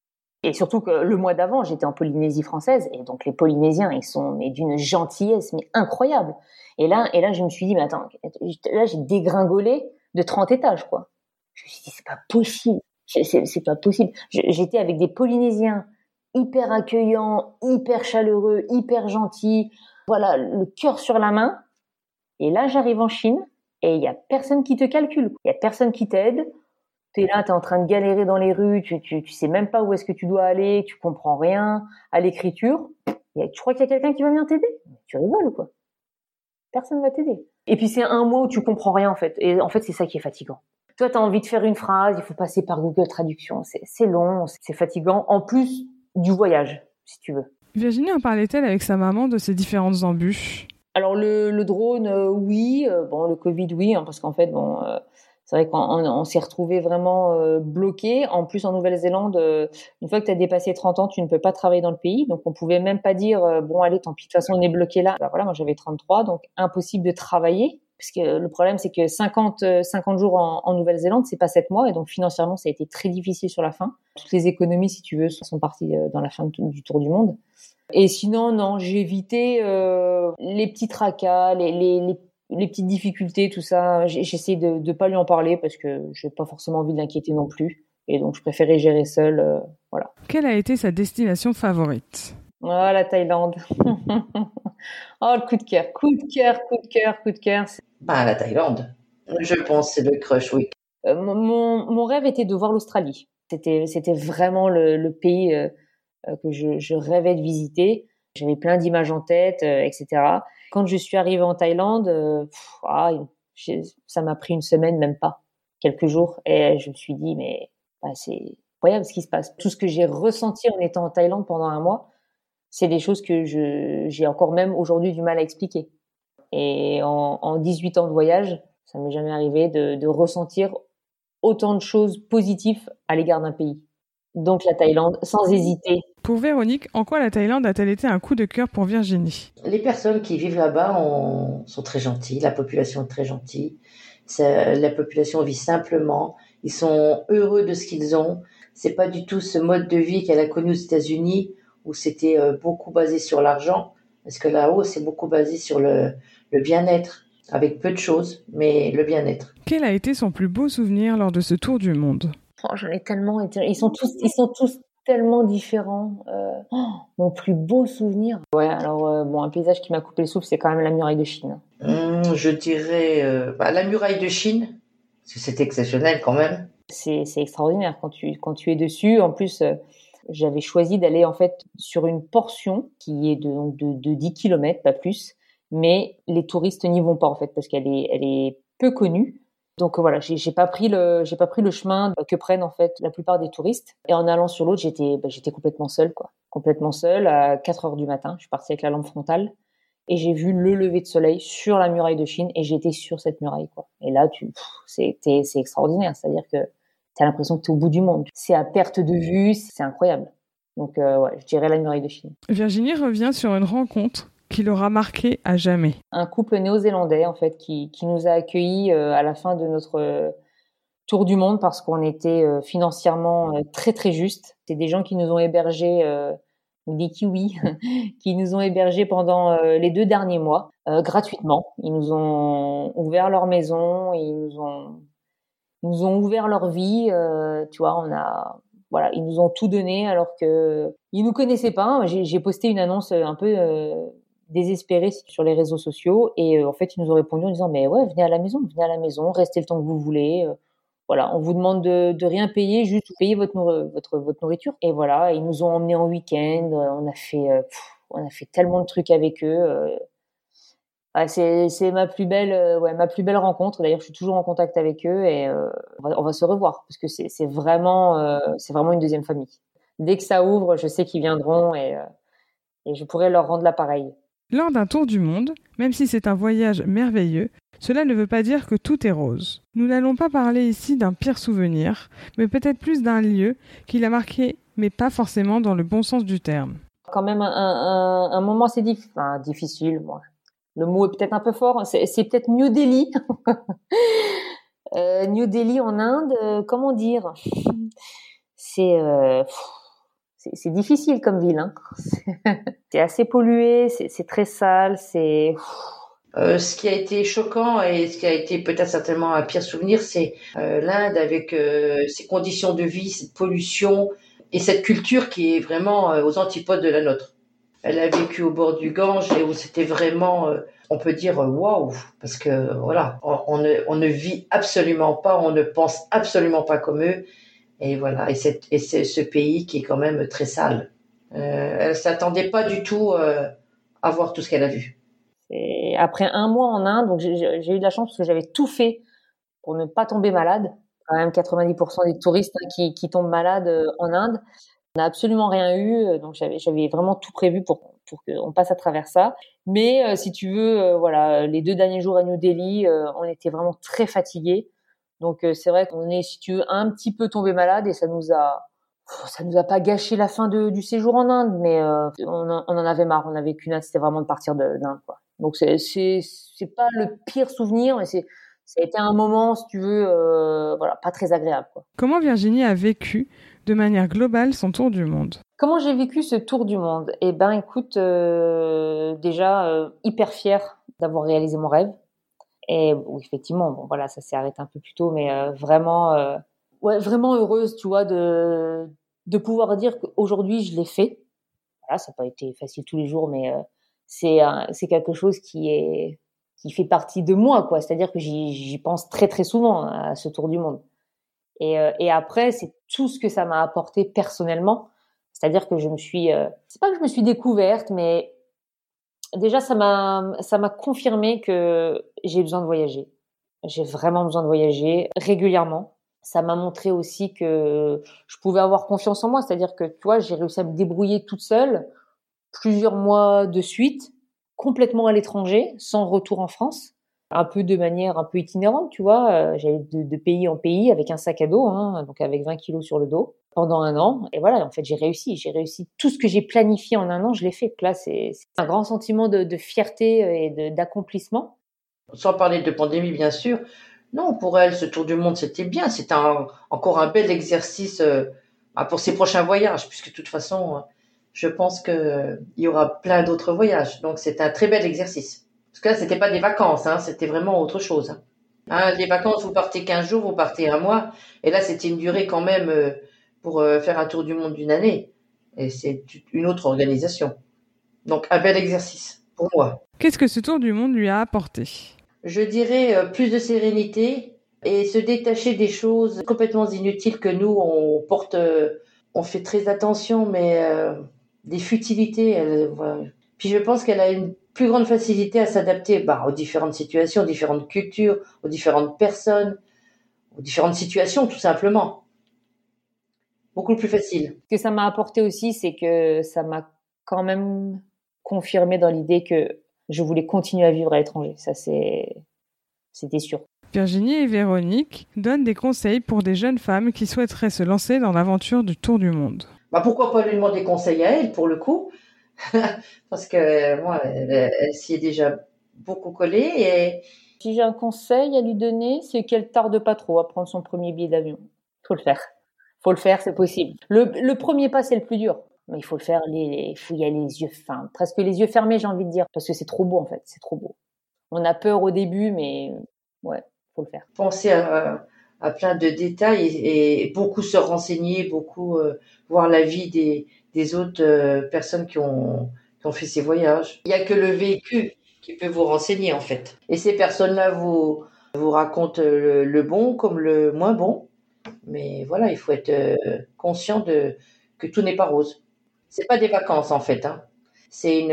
Et surtout que le mois d'avant, j'étais en Polynésie française, et donc les Polynésiens, ils sont mais d'une gentillesse mais incroyable. Et là, je me suis dit, mais attends, là j'ai dégringolé de 30 étages, quoi. Je me suis dit, c'est pas possible, c'est pas possible. J'étais avec des Polynésiens hyper accueillants, hyper chaleureux, hyper gentils, voilà, le cœur sur la main. Et là, j'arrive en Chine, et il y a personne qui te calcule, il y a personne qui t'aide. T'es là, t'es en train de galérer dans les rues, tu sais même pas où est-ce que tu dois aller, tu comprends rien à l'écriture. Tu crois qu'il y a quelqu'un qui va venir t'aider? Tu rigoles ou quoi? Personne va t'aider. Et puis c'est un mot où tu comprends rien en fait. Et en fait, c'est ça qui est fatigant. Toi, t'as envie de faire une phrase, il faut passer par Google Traduction. C'est long, c'est fatigant. En plus du voyage, si tu veux. Virginie en parlait-elle avec sa maman de ces différentes embûches? Alors le drone, oui. Bon, le Covid, oui, hein, parce qu'en fait, c'est vrai qu'on s'est retrouvé vraiment bloqué. En plus, en Nouvelle-Zélande, une fois que tu as dépassé 30 ans, tu ne peux pas travailler dans le pays. Donc, on pouvait même pas dire bon, allez, tant pis, de toute façon, on est bloqué là. Bah, voilà, moi, j'avais 33, donc impossible de travailler. Parce que le problème, c'est que 50 jours en Nouvelle-Zélande, c'est pas 7 mois. Et donc, financièrement, ça a été très difficile sur la fin. Toutes les économies, si tu veux, sont parties dans la fin du tour du monde. Et sinon, non, j'ai évité les petits tracas, les petites difficultés, tout ça. J'essaie de pas lui en parler parce que j'ai pas forcément envie de l'inquiéter non plus. Et donc, je préférais gérer seule, voilà. Quelle a été sa destination favorite? Ah, la Thaïlande. Oh, le coup de cœur, coup de cœur, coup de cœur, coup de cœur. Bah, la Thaïlande. Je pense c'est le crush, oui. Mon rêve était de voir l'Australie. C'était vraiment le pays que je rêvais de visiter. J'avais plein d'images en tête, etc. Quand je suis arrivée en Thaïlande, ça m'a pris une semaine, même pas, quelques jours. Et je me suis dit, mais c'est incroyable ce qui se passe. Tout ce que j'ai ressenti en étant en Thaïlande pendant un mois, c'est des choses que j'ai encore même aujourd'hui du mal à expliquer. Et en 18 ans de voyage, ça m'est jamais arrivé de ressentir autant de choses positives à l'égard d'un pays. Donc la Thaïlande, sans hésiter. Pour Véronique, en quoi la Thaïlande a-t-elle été un coup de cœur pour Virginie? Les personnes qui vivent là-bas sont très gentilles, la population est très gentille, la population vit simplement, ils sont heureux de ce qu'ils ont. C'est pas du tout ce mode de vie qu'elle a connu aux États-Unis où c'était beaucoup basé sur l'argent, parce que là-haut c'est beaucoup basé sur le bien-être, avec peu de choses, mais le bien-être. Quel a été son plus beau souvenir lors de ce tour du monde? Oh, j'en ai tellement été. Ils sont tous tellement différents. Mon plus beau souvenir. Ouais, alors un paysage qui m'a coupé le souffle, c'est quand même la muraille de Chine. Je dirais la muraille de Chine, parce que c'est exceptionnel quand même. C'est extraordinaire quand tu es dessus. En plus, j'avais choisi d'aller en fait sur une portion qui est de 10 km, pas plus. Mais les touristes n'y vont pas en fait parce qu'elle est peu connue. Donc voilà, j'ai pas pris le chemin que prennent en fait la plupart des touristes. Et en allant sur l'autre, j'étais complètement seule, quoi. Complètement seule. À 4 heures du matin, je suis partie avec la lampe frontale et j'ai vu le lever de soleil sur la muraille de Chine et j'étais sur cette muraille, quoi. Et là, c'est extraordinaire. C'est-à-dire que t'as l'impression que t'es au bout du monde. C'est à perte de vue, c'est incroyable. Donc je dirais la muraille de Chine. Virginie revient sur une rencontre qui l'aura marqué à jamais. Un couple néo-zélandais en fait qui nous a accueillis à la fin de notre tour du monde parce qu'on était financièrement très très juste. C'est des gens qui nous ont hébergés, des Kiwis, qui nous ont hébergés pendant les 2 derniers mois gratuitement. Ils nous ont ouvert leur maison, ils nous ont ouvert leur vie. Tu vois, ils nous ont tout donné alors que ils nous connaissaient pas. J'ai posté une annonce un peu désespérés sur les réseaux sociaux et en fait ils nous ont répondu en disant mais ouais, venez à la maison, restez le temps que vous voulez, voilà, on vous demande de rien payer, juste vous payez votre nourriture. Et voilà, ils nous ont emmenés en week-end, on a fait tellement de trucs avec eux. C'est ma plus belle rencontre. D'ailleurs, je suis toujours en contact avec eux et on va se revoir parce que c'est vraiment une deuxième famille. Dès que ça ouvre, je sais qu'ils viendront et je pourrai leur rendre l'appareil. Lors d'un tour du monde, même si c'est un voyage merveilleux, cela ne veut pas dire que tout est rose. Nous n'allons pas parler ici d'un pire souvenir, mais peut-être plus d'un lieu qui l'a marqué, mais pas forcément dans le bon sens du terme. Quand même un moment assez difficile. Bon. Le mot est peut-être un peu fort, c'est peut-être New Delhi. New Delhi en Inde, comment dire ? C'est c'est difficile comme ville, hein. C'est assez pollué, c'est très sale, Ce qui a été choquant et ce qui a été peut-être certainement un pire souvenir, c'est l'Inde avec ses conditions de vie, cette pollution et cette culture qui est vraiment aux antipodes de la nôtre. Elle a vécu au bord du Gange et où c'était vraiment, on peut dire, waouh, parce que voilà, on ne vit absolument pas, on ne pense absolument pas comme eux. Et voilà, et c'est ce pays qui est quand même très sale. Elle s'attendait pas du tout à voir tout ce qu'elle a vu. Et après 1 mois en Inde, donc j'ai eu de la chance parce que j'avais tout fait pour ne pas tomber malade. Quand même 90% des touristes qui tombent malades en Inde. On n'a absolument rien eu, donc j'avais vraiment tout prévu pour qu'on passe à travers ça. Mais si tu veux, voilà, les 2 derniers jours à New Delhi, on était vraiment très fatigués. Donc c'est vrai qu'on est, si tu veux, un petit peu tombé malade et ça nous a pas gâché la fin du séjour en Inde, mais on en avait marre. On avait qu'une hâte, c'était vraiment de partir d'Inde, quoi. Donc c'est pas le pire souvenir, mais ça a été un moment, si tu veux, voilà, pas très agréable, quoi. Comment Virginie a vécu de manière globale son tour du monde? Comment j'ai vécu ce tour du monde? Eh ben, écoute, déjà hyper fière d'avoir réalisé mon rêve. Et bon, effectivement, bon voilà, ça s'est arrêté un peu plus tôt, mais vraiment, ouais, vraiment heureuse, tu vois, de pouvoir dire qu'aujourd'hui je l'ai fait. Voilà, ça n'a pas été facile tous les jours, mais c'est quelque chose qui fait partie de moi, quoi. C'est-à-dire que j'y pense très très souvent à ce tour du monde. Et après, c'est tout ce que ça m'a apporté personnellement. C'est-à-dire que c'est pas que je me suis découverte, mais déjà ça m'a confirmé que j'ai besoin de voyager. J'ai vraiment besoin de voyager régulièrement. Ça m'a montré aussi que je pouvais avoir confiance en moi. C'est-à-dire que, tu vois, j'ai réussi à me débrouiller toute seule plusieurs mois de suite, complètement à l'étranger, sans retour en France. Un peu de manière un peu itinérante, tu vois. J'allais de pays en pays avec un sac à dos, hein, donc avec 20 kilos sur le dos, pendant 1 an. Et voilà, en fait, j'ai réussi. J'ai réussi tout ce que j'ai planifié en 1 an, je l'ai fait. Donc là, c'est un grand sentiment de fierté et d'accomplissement. Sans parler de pandémie, bien sûr. Non, pour elle, ce tour du monde, c'était bien. C'était encore un bel exercice pour ses prochains voyages, puisque de toute façon, je pense qu'il y aura plein d'autres voyages. Donc, c'est un très bel exercice. Parce que là, c'était pas des vacances, hein, c'était vraiment autre chose. Hein, les vacances, vous partez 15 jours, vous partez 1 mois. Et là, c'était une durée quand même pour faire un tour du monde d'1 année. Et c'est une autre organisation. Donc, un bel exercice pour moi. Qu'est-ce que ce tour du monde lui a apporté? Je dirais plus de sérénité et se détacher des choses complètement inutiles que nous, on fait très attention, mais des futilités. Voilà. Puis je pense qu'elle a une plus grande facilité à s'adapter aux différentes situations, aux différentes cultures, aux différentes personnes, aux différentes situations, tout simplement. Beaucoup plus facile. Ce que ça m'a apporté aussi, c'est que ça m'a quand même confirmé dans l'idée que je voulais continuer à vivre à l'étranger. Ça, c'était sûr. Virginie et Véronique donnent des conseils pour des jeunes femmes qui souhaiteraient se lancer dans l'aventure du tour du monde. Pourquoi pas lui demander conseil à elle, pour le coup, parce que moi, elle s'y est déjà beaucoup collée. Et si j'ai un conseil à lui donner, c'est qu'elle tarde pas trop à prendre son premier billet d'avion. Faut le faire, c'est possible. Le premier pas, c'est le plus dur. Mais il faut le faire, il faut y aller presque les yeux fermés, j'ai envie de dire. Parce que c'est trop beau, en fait. C'est trop beau. On a peur au début, mais ouais, faut le faire. Penser à plein de détails et beaucoup se renseigner, beaucoup voir la vie des autres personnes qui ont fait ces voyages. Il n'y a que le véhicule qui peut vous renseigner, en fait. Et ces personnes-là vous racontent le bon comme le moins bon. Mais voilà, il faut être conscient que tout n'est pas rose. C'est pas des vacances, en fait, hein. C'est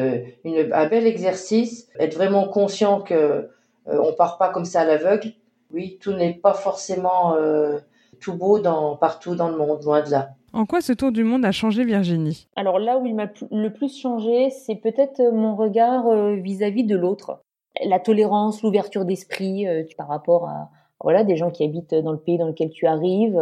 un bel exercice, être vraiment conscient que on part pas comme ça à l'aveugle. Oui, tout n'est pas forcément tout beau partout dans le monde, loin de là. En quoi ce tour du monde a changé Virginie? Alors là où il m'a le plus changé, c'est peut-être mon regard vis-à-vis de l'autre. La tolérance, l'ouverture d'esprit par rapport à voilà, des gens qui habitent dans le pays dans lequel tu arrives.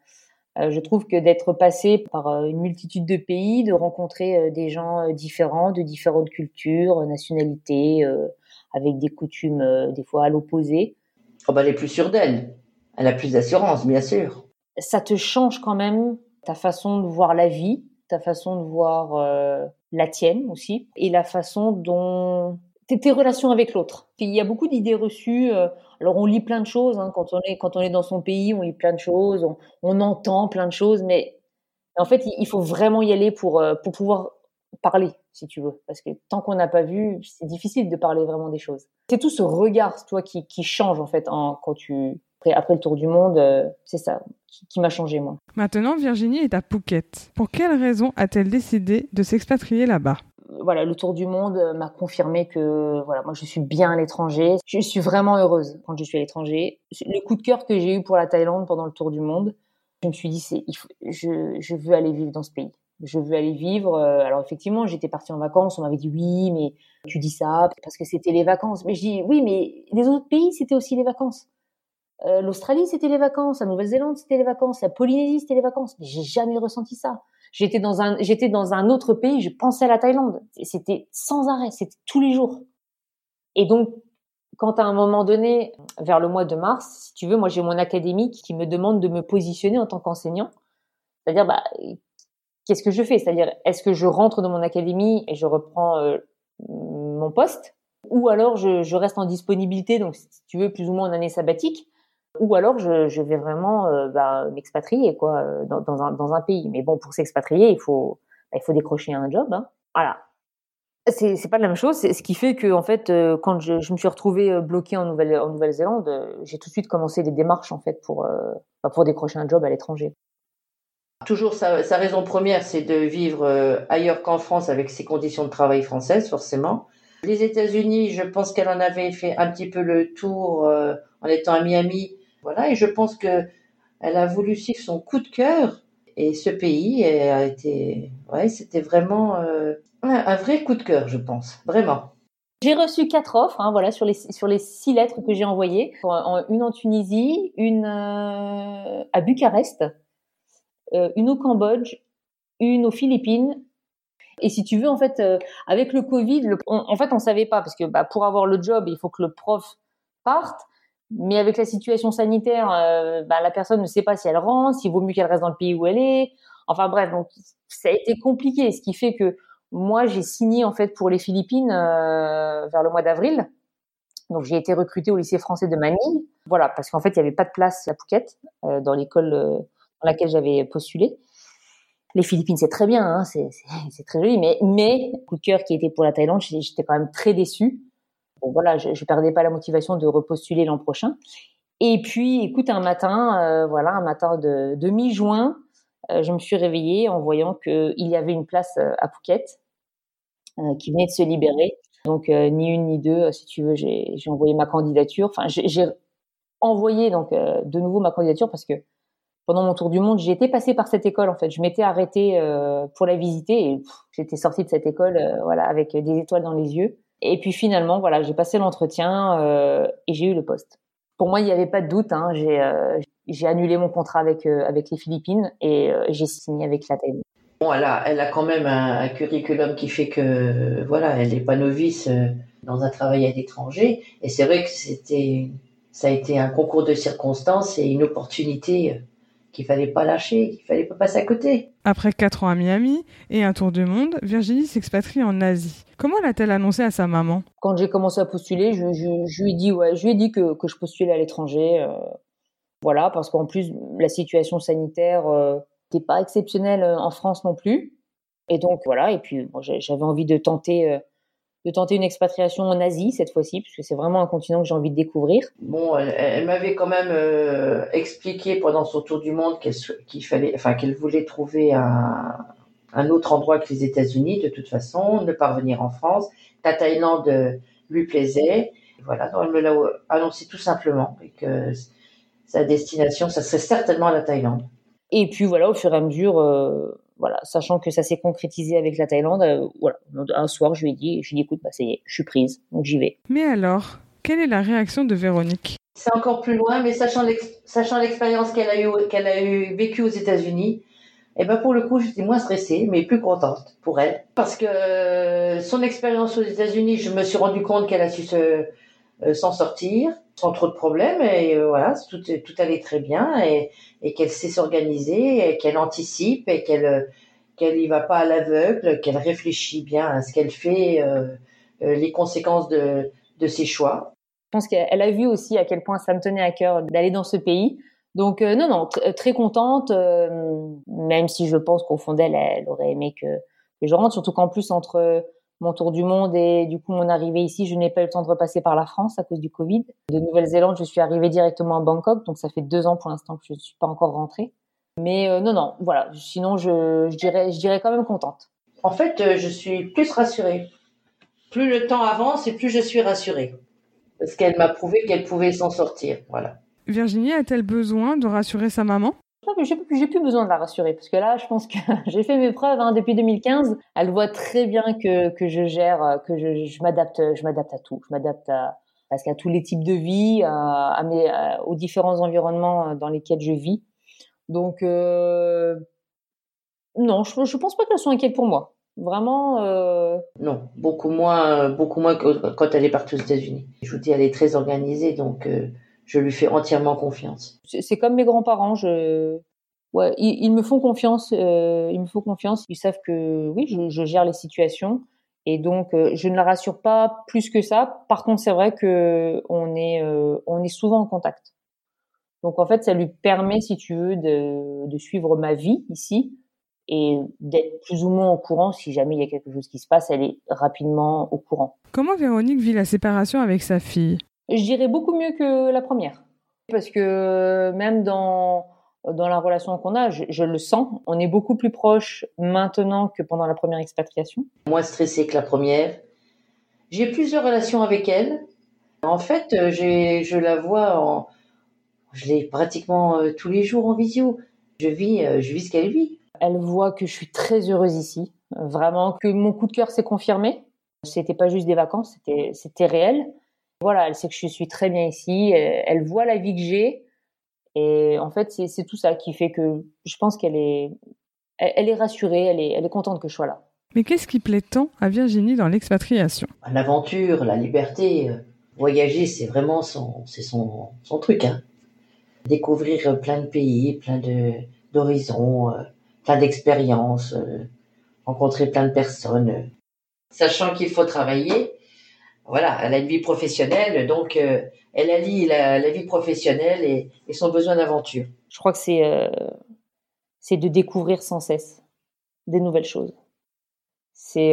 Je trouve que d'être passé par une multitude de pays, de rencontrer des gens différents, de différentes cultures, nationalités, avec des coutumes des fois à l'opposé. Elle est plus sûre d'elle. Elle a plus d'assurance, bien sûr. Ça te change quand même ta façon de voir la vie. ta façon de voir la tienne aussi, et la façon dont tes relations avec l'autre. Il y a beaucoup d'idées reçues. Alors on lit plein de choses quand on est dans son pays, on lit plein de choses, on entend plein de choses, mais en fait il faut vraiment y aller pour pouvoir parler, si tu veux, parce que tant qu'on n'a pas vu, c'est difficile de parler vraiment des choses. C'est tout ce regard, toi, qui change en fait après le tour du monde. C'est ça qui m'a changé, moi. Maintenant, Virginie est à Phuket. Pour quelle raison a-t-elle décidé de s'expatrier là-bas ? Voilà, le tour du monde m'a confirmé que voilà, moi je suis bien à l'étranger. Je suis vraiment heureuse quand je suis à l'étranger. Le coup de cœur que j'ai eu pour la Thaïlande pendant le tour du monde, je me suis dit je veux aller vivre dans ce pays. Je veux aller vivre. Alors effectivement, j'étais partie en vacances. On m'avait dit oui, mais tu dis ça parce que c'était les vacances. Mais je dis oui, mais les autres pays c'était aussi les vacances. L'Australie c'était les vacances, la Nouvelle-Zélande c'était les vacances, la Polynésie c'était les vacances. Mais j'ai jamais ressenti ça. J'étais dans un autre pays, je pensais à la Thaïlande. C'était sans arrêt, c'était tous les jours. Et donc, quand à un moment donné, vers le mois de mars, si tu veux, moi j'ai mon académie qui me demande de me positionner en tant qu'enseignant. C'est-à-dire, qu'est-ce que je fais ? C'est-à-dire, est-ce que je rentre dans mon académie et je reprends mon poste ? Ou alors je reste en disponibilité, donc si tu veux, plus ou moins en année sabbatique. Ou alors je vais vraiment m'expatrier dans un pays. Mais bon, pour s'expatrier, il faut décrocher un job. Voilà. C'est pas la même chose. C'est ce qui fait que en fait, quand je me suis retrouvée bloquée en Nouvelle-Zélande, j'ai tout de suite commencé des démarches en fait pour décrocher un job à l'étranger. Toujours sa raison première, c'est de vivre ailleurs qu'en France avec ses conditions de travail françaises, forcément. Les États-Unis, je pense qu'elle en avait fait un petit peu le tour en étant à Miami. Voilà, et je pense que elle a voulu suivre son coup de cœur. Et ce pays a été, c'était vraiment un vrai coup de cœur, je pense, vraiment. J'ai reçu 4 offres, voilà, sur les 6 lettres que j'ai envoyées. Une en Tunisie, une à Bucarest, une au Cambodge, une aux Philippines. Et si tu veux, en fait, avec le Covid, on savait pas, parce que pour avoir le job, il faut que le prof parte. Mais avec la situation sanitaire, la personne ne sait pas si elle rentre, s'il vaut mieux qu'elle reste dans le pays où elle est. Enfin bref, donc ça a été compliqué, ce qui fait que moi j'ai signé en fait pour les Philippines vers le mois d'avril. Donc j'ai été recrutée au lycée français de Manille. Voilà, parce qu'en fait il y avait pas de place à Phuket dans l'école dans laquelle j'avais postulé. Les Philippines c'est très bien, c'est très joli, mais coup de cœur qui était pour la Thaïlande, j'étais quand même très déçue. Bon, voilà, je perdais pas la motivation de repostuler l'an prochain. Et puis, écoute, un matin de mi-juin, je me suis réveillée en voyant qu'il y avait une place à Phuket qui venait de se libérer. Donc, ni une ni deux, si tu veux, j'ai envoyé ma candidature. Enfin, j'ai envoyé donc de nouveau ma candidature parce que pendant mon tour du monde, j'étais passée par cette école en fait. Je m'étais arrêtée pour la visiter et j'étais sortie de cette école avec des étoiles dans les yeux. Et puis finalement, voilà, j'ai passé l'entretien et j'ai eu le poste. Pour moi, il n'y avait pas de doute. J'ai annulé mon contrat avec les Philippines et j'ai signé avec la Thaïlande. Bon, elle a quand même un curriculum qui fait que voilà, elle n'est pas novice dans un travail à l'étranger. Et c'est vrai que ça a été un concours de circonstances et une opportunité qu'il fallait pas lâcher, qu'il fallait pas passer à côté. Après 4 ans à Miami et un tour du monde, Virginie s'expatrie en Asie. Comment l'a-t-elle annoncé à sa maman ? Quand j'ai commencé à postuler, je lui ai dit que je postulais à l'étranger. Voilà, parce qu'en plus, la situation sanitaire n'était pas exceptionnelle en France non plus. Et donc, voilà, et puis j'avais envie de tenter une expatriation en Asie cette fois-ci, parce que c'est vraiment un continent que j'ai envie de découvrir. Bon, elle m'avait quand même expliqué pendant son tour du monde qu'elle voulait trouver un autre endroit que les États-Unis, de toute façon, ne pas revenir en France. La Thaïlande lui plaisait. Voilà, donc elle me l'a annoncé tout simplement, et que sa destination, ça serait certainement la Thaïlande. Et puis voilà, au fur et à mesure, sachant que ça s'est concrétisé avec la Thaïlande, un soir, je lui ai dit, écoute, ça y est, je suis prise, donc j'y vais. Mais alors, quelle est la réaction de Véronique ? C'est encore plus loin, mais sachant l'expérience qu'elle a eu vécue aux États-Unis, et pour le coup, j'étais moins stressée, mais plus contente pour elle, parce que son expérience aux États-Unis, je me suis rendu compte qu'elle a su s'en sortir sans trop de problèmes, et voilà, tout allait très bien, et qu'elle sait s'organiser, et qu'elle anticipe, et qu'elle qu'elle y va pas à l'aveugle, qu'elle réfléchit bien à ce qu'elle fait, les conséquences de ses choix. Je pense qu'elle a vu aussi à quel point ça me tenait à cœur d'aller dans ce pays. Donc non, très contente, même si je pense qu'au fond d'elle, elle aurait aimé que je rentre, surtout qu'en plus entre mon tour du monde et du coup mon arrivée ici, je n'ai pas eu le temps de repasser par la France à cause du Covid. De Nouvelle-Zélande, je suis arrivée directement à Bangkok, donc ça fait 2 ans pour l'instant que je ne suis pas encore rentrée. Mais non, voilà. Sinon, je dirais quand même contente. En fait, je suis plus rassurée. Plus le temps avance et plus je suis rassurée. Parce qu'elle m'a prouvé qu'elle pouvait s'en sortir, voilà. Virginie a-t-elle besoin de rassurer sa maman ? J'ai plus besoin de la rassurer parce que là, je pense que j'ai fait mes preuves depuis 2015. Elle voit très bien que je gère, que je m'adapte à tout. Je m'adapte parce qu'à tous les types de vie, aux différents environnements dans lesquels je vis. Donc non, je pense pas qu'elle soit inquiète pour moi. Vraiment. Non, beaucoup moins que quand elle est partie aux États-Unis. Je vous dis, elle est très organisée, donc je lui fais entièrement confiance. C'est comme mes grands-parents. Ouais, ils me font confiance. Ils me font confiance. Ils savent que oui, je gère les situations et donc je ne la rassure pas plus que ça. Par contre, c'est vrai que on est souvent en contact. Donc en fait, ça lui permet, si tu veux, de suivre ma vie ici et d'être plus ou moins au courant. Si jamais il y a quelque chose qui se passe, elle est rapidement au courant. Comment Véronique vit la séparation avec sa fille ? Je dirais beaucoup mieux que la première. Parce que même dans la relation qu'on a, je le sens. On est beaucoup plus proches maintenant que pendant la première expatriation. Moins stressée que la première. J'ai plusieurs relations avec elle. En fait, je la vois je l'ai pratiquement tous les jours en visio. Je vis ce qu'elle vit. Elle voit que je suis très heureuse ici. Vraiment, que mon coup de cœur s'est confirmé. C'était pas juste des vacances, c'était réel. Voilà, elle sait que je suis très bien ici. Elle voit la vie que j'ai. Et en fait, c'est tout ça qui fait que je pense qu'elle est rassurée, elle est contente que je sois là. Mais qu'est-ce qui plaît tant à Virginie dans l'expatriation ? L'aventure, la liberté. Voyager, c'est vraiment son truc. Hein. Découvrir plein de pays, plein d'horizons, plein d'expériences, rencontrer plein de personnes. Sachant qu'il faut travailler, voilà, elle a une vie professionnelle, donc elle allie la vie professionnelle et son besoin d'aventure. Je crois que c'est de découvrir sans cesse des nouvelles choses. C'est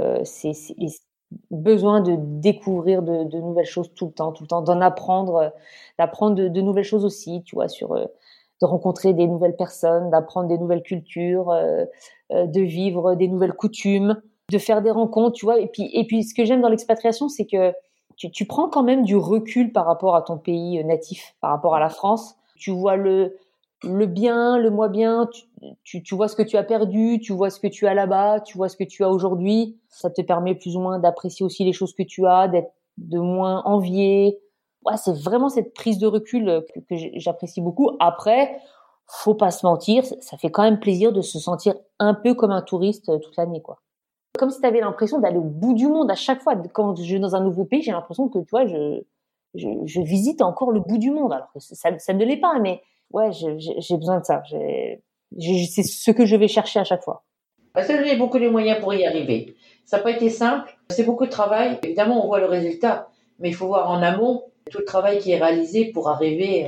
besoin de découvrir de nouvelles choses tout le temps, d'apprendre de nouvelles choses aussi, tu vois, de rencontrer des nouvelles personnes, d'apprendre des nouvelles cultures, de vivre des nouvelles coutumes, de faire des rencontres, tu vois. Et puis ce que j'aime dans l'expatriation, c'est que tu prends quand même du recul par rapport à ton pays natif, par rapport à la France. Tu vois le bien, le moins bien, tu vois ce que tu as perdu, tu vois ce que tu as là-bas, tu vois ce que tu as aujourd'hui. Ça te permet plus ou moins d'apprécier aussi les choses que tu as, de moins envier. Ouais, c'est vraiment cette prise de recul que j'apprécie beaucoup. Après, faut pas se mentir, ça fait quand même plaisir de se sentir un peu comme un touriste toute l'année, quoi. Comme si tu avais l'impression d'aller au bout du monde à chaque fois. Quand je vais dans un nouveau pays, j'ai l'impression que, tu vois, je visite encore le bout du monde. Alors que ça ne l'est pas, mais ouais, j'ai besoin de ça. C'est ce que je vais chercher à chaque fois. Ça donne beaucoup les moyens pour y arriver. Ça n'a pas été simple, c'est beaucoup de travail. Évidemment, on voit le résultat, mais il faut voir en amont tout le travail qui est réalisé pour arriver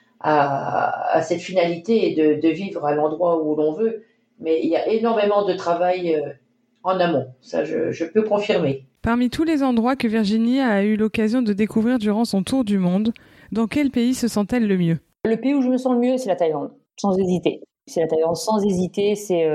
à cette finalité et de vivre à l'endroit où l'on veut. Mais il y a énormément de travail en amont, ça je peux confirmer. Parmi tous les endroits que Virginie a eu l'occasion de découvrir durant son tour du monde, dans quel pays se sent-elle le mieux ? Le pays où je me sens le mieux, c'est la Thaïlande, sans hésiter. C'est la Thaïlande, sans hésiter, c'est...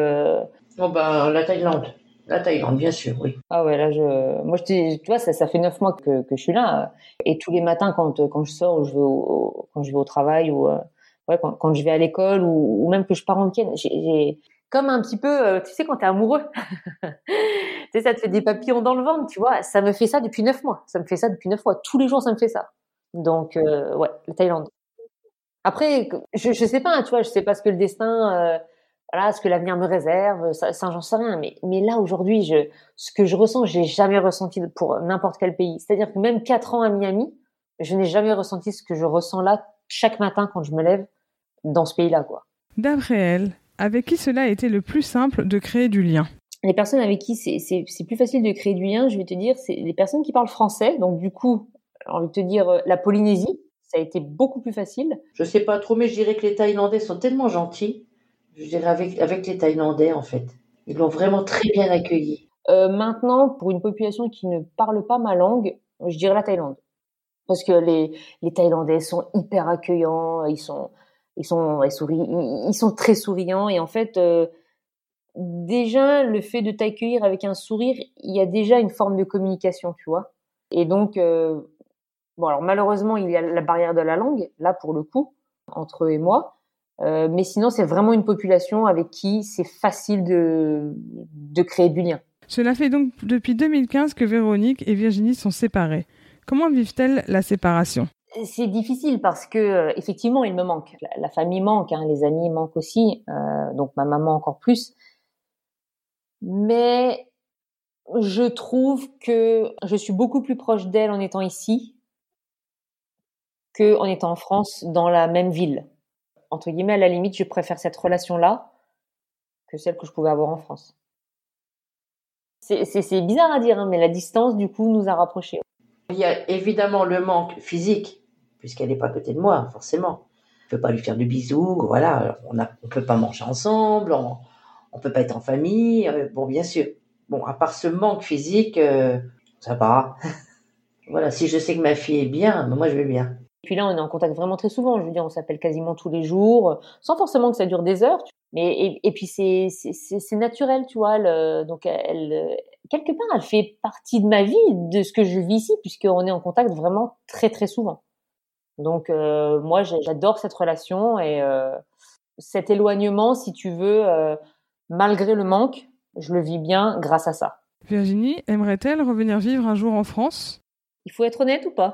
La Thaïlande. La Thaïlande, bien sûr, oui. Ah ouais, là, tu vois, ça fait 9 mois que je suis là. Et tous les matins, quand je sors, ou quand je vais au travail, ou quand je vais à l'école, ou même que je pars en week-end, j'ai comme un petit peu, tu sais, quand t'es amoureux, tu sais, ça te fait des papillons dans le ventre, tu vois. Ça me fait ça depuis 9 mois. Ça me fait ça depuis 9 mois. Tous les jours, ça me fait ça. Donc, ouais, la Thaïlande. Après, je sais pas, tu vois, je sais pas ce que le destin, voilà, ce que l'avenir me réserve, ça j'en sais rien. Mais là, aujourd'hui, ce que je ressens, j'ai jamais ressenti pour n'importe quel pays. C'est-à-dire que même 4 ans à Miami, je n'ai jamais ressenti ce que je ressens là chaque matin quand je me lève dans ce pays-là, quoi. D'après elle, avec qui cela a été le plus simple de créer du lien? Les personnes avec qui c'est plus facile de créer du lien, je vais te dire, c'est les personnes qui parlent français. Donc du coup, j'ai envie de te dire la Polynésie, ça a été beaucoup plus facile. Je sais pas trop, mais je dirais que les Thaïlandais sont tellement gentils. Je dirais avec les Thaïlandais, en fait. Ils l'ont vraiment très bien accueilli. Maintenant, pour une population qui ne parle pas ma langue, je dirais la Thaïlande. Parce que les Thaïlandais sont hyper accueillants, ils sont très souriants. Et en fait, déjà, le fait de t'accueillir avec un sourire, il y a déjà une forme de communication, tu vois. Et donc, bon, alors malheureusement, il y a la barrière de la langue, là, pour le coup, entre eux et moi. Mais sinon, c'est vraiment une population avec qui c'est facile de créer du lien. Cela fait donc depuis 2015 que Véronique et Virginie sont séparées. Comment vivent-elles la séparation? C'est difficile parce que effectivement, il me manque. La famille manque, hein, les amis manquent aussi, donc ma maman encore plus. Mais je trouve que je suis beaucoup plus proche d'elle en étant ici qu'en étant en France, dans la même ville. Entre guillemets, à la limite, je préfère cette relation-là que celle que je pouvais avoir en France. C'est bizarre à dire, hein, mais la distance, du coup, nous a rapprochés. Il y a évidemment le manque physique, puisqu'elle n'est pas à côté de moi, forcément. Je ne peux pas lui faire de bisous, voilà. On ne peut pas manger ensemble, on ne peut pas être en famille. Bon, bien sûr. Bon, à part ce manque physique, ça va. Voilà, si je sais que ma fille est bien, moi je vais bien. Et puis là, on est en contact vraiment très souvent. Je veux dire, on s'appelle quasiment tous les jours, sans forcément que ça dure des heures. Mais et puis c'est naturel, tu vois. Donc elle quelque part, elle fait partie de ma vie, de ce que je vis ici, puisqu'on est en contact vraiment très très souvent. Donc moi, j'adore cette relation et cet éloignement, si tu veux, malgré le manque, je le vis bien grâce à ça. Virginie aimerait-elle revenir vivre un jour en France? Il faut être honnête ou pas?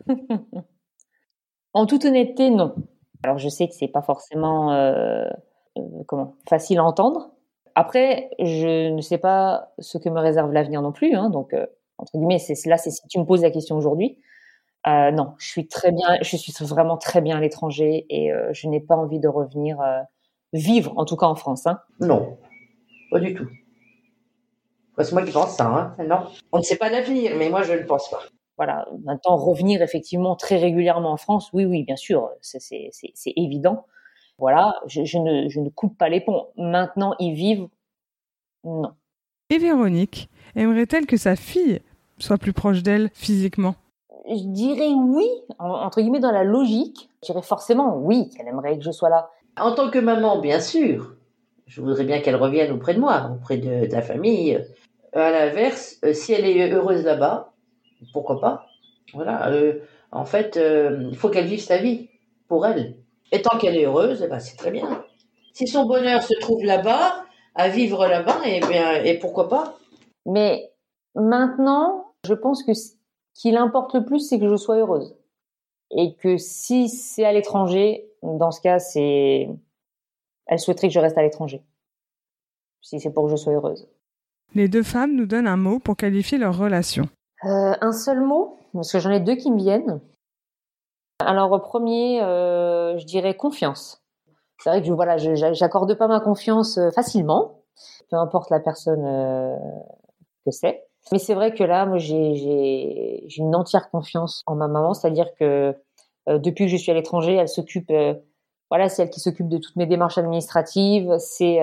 En toute honnêteté, non. Alors je sais que c'est pas forcément facile à entendre. Après, je ne sais pas ce que me réserve l'avenir non plus, hein, donc entre guillemets, c'est si tu me poses la question aujourd'hui. Non, je suis vraiment très bien à l'étranger et je n'ai pas envie de revenir vivre, en tout cas en France. Hein. Non, pas du tout. C'est moi qui pense ça. Hein. Non, on ne sait pas l'avenir, mais moi je ne pense pas. Voilà. Maintenant, revenir effectivement très régulièrement en France, oui, bien sûr, c'est évident. Voilà, je ne coupe pas les ponts. Maintenant, y vivre, non. Et Véronique, aimerait-elle que sa fille soit plus proche d'elle physiquement? Je dirais oui, entre guillemets, dans la logique. Je dirais forcément oui, qu'elle aimerait que je sois là. En tant que maman, bien sûr. Je voudrais bien qu'elle revienne auprès de moi, auprès de la famille. À l'inverse, si elle est heureuse là-bas, pourquoi pas? Voilà. En fait, il faut qu'elle vive sa vie pour elle. Et tant qu'elle est heureuse, eh ben, c'est très bien. Si son bonheur se trouve là-bas, à vivre là-bas, et pourquoi pas? Mais maintenant, je pense que ce qu'il importe le plus, c'est que je sois heureuse. Et que si c'est à l'étranger, dans ce cas, elle souhaiterait que je reste à l'étranger. Si c'est pour que je sois heureuse. Les deux femmes nous donnent un mot pour qualifier leur relation. Un seul mot, parce que j'en ai deux qui me viennent. Alors, premier, je dirais confiance. C'est vrai que j'accorde pas ma confiance facilement, peu importe la personne que c'est. Mais c'est vrai que là, moi, j'ai une entière confiance en ma maman, c'est-à-dire que depuis que je suis à l'étranger, elle s'occupe, c'est elle qui s'occupe de toutes mes démarches administratives. C'est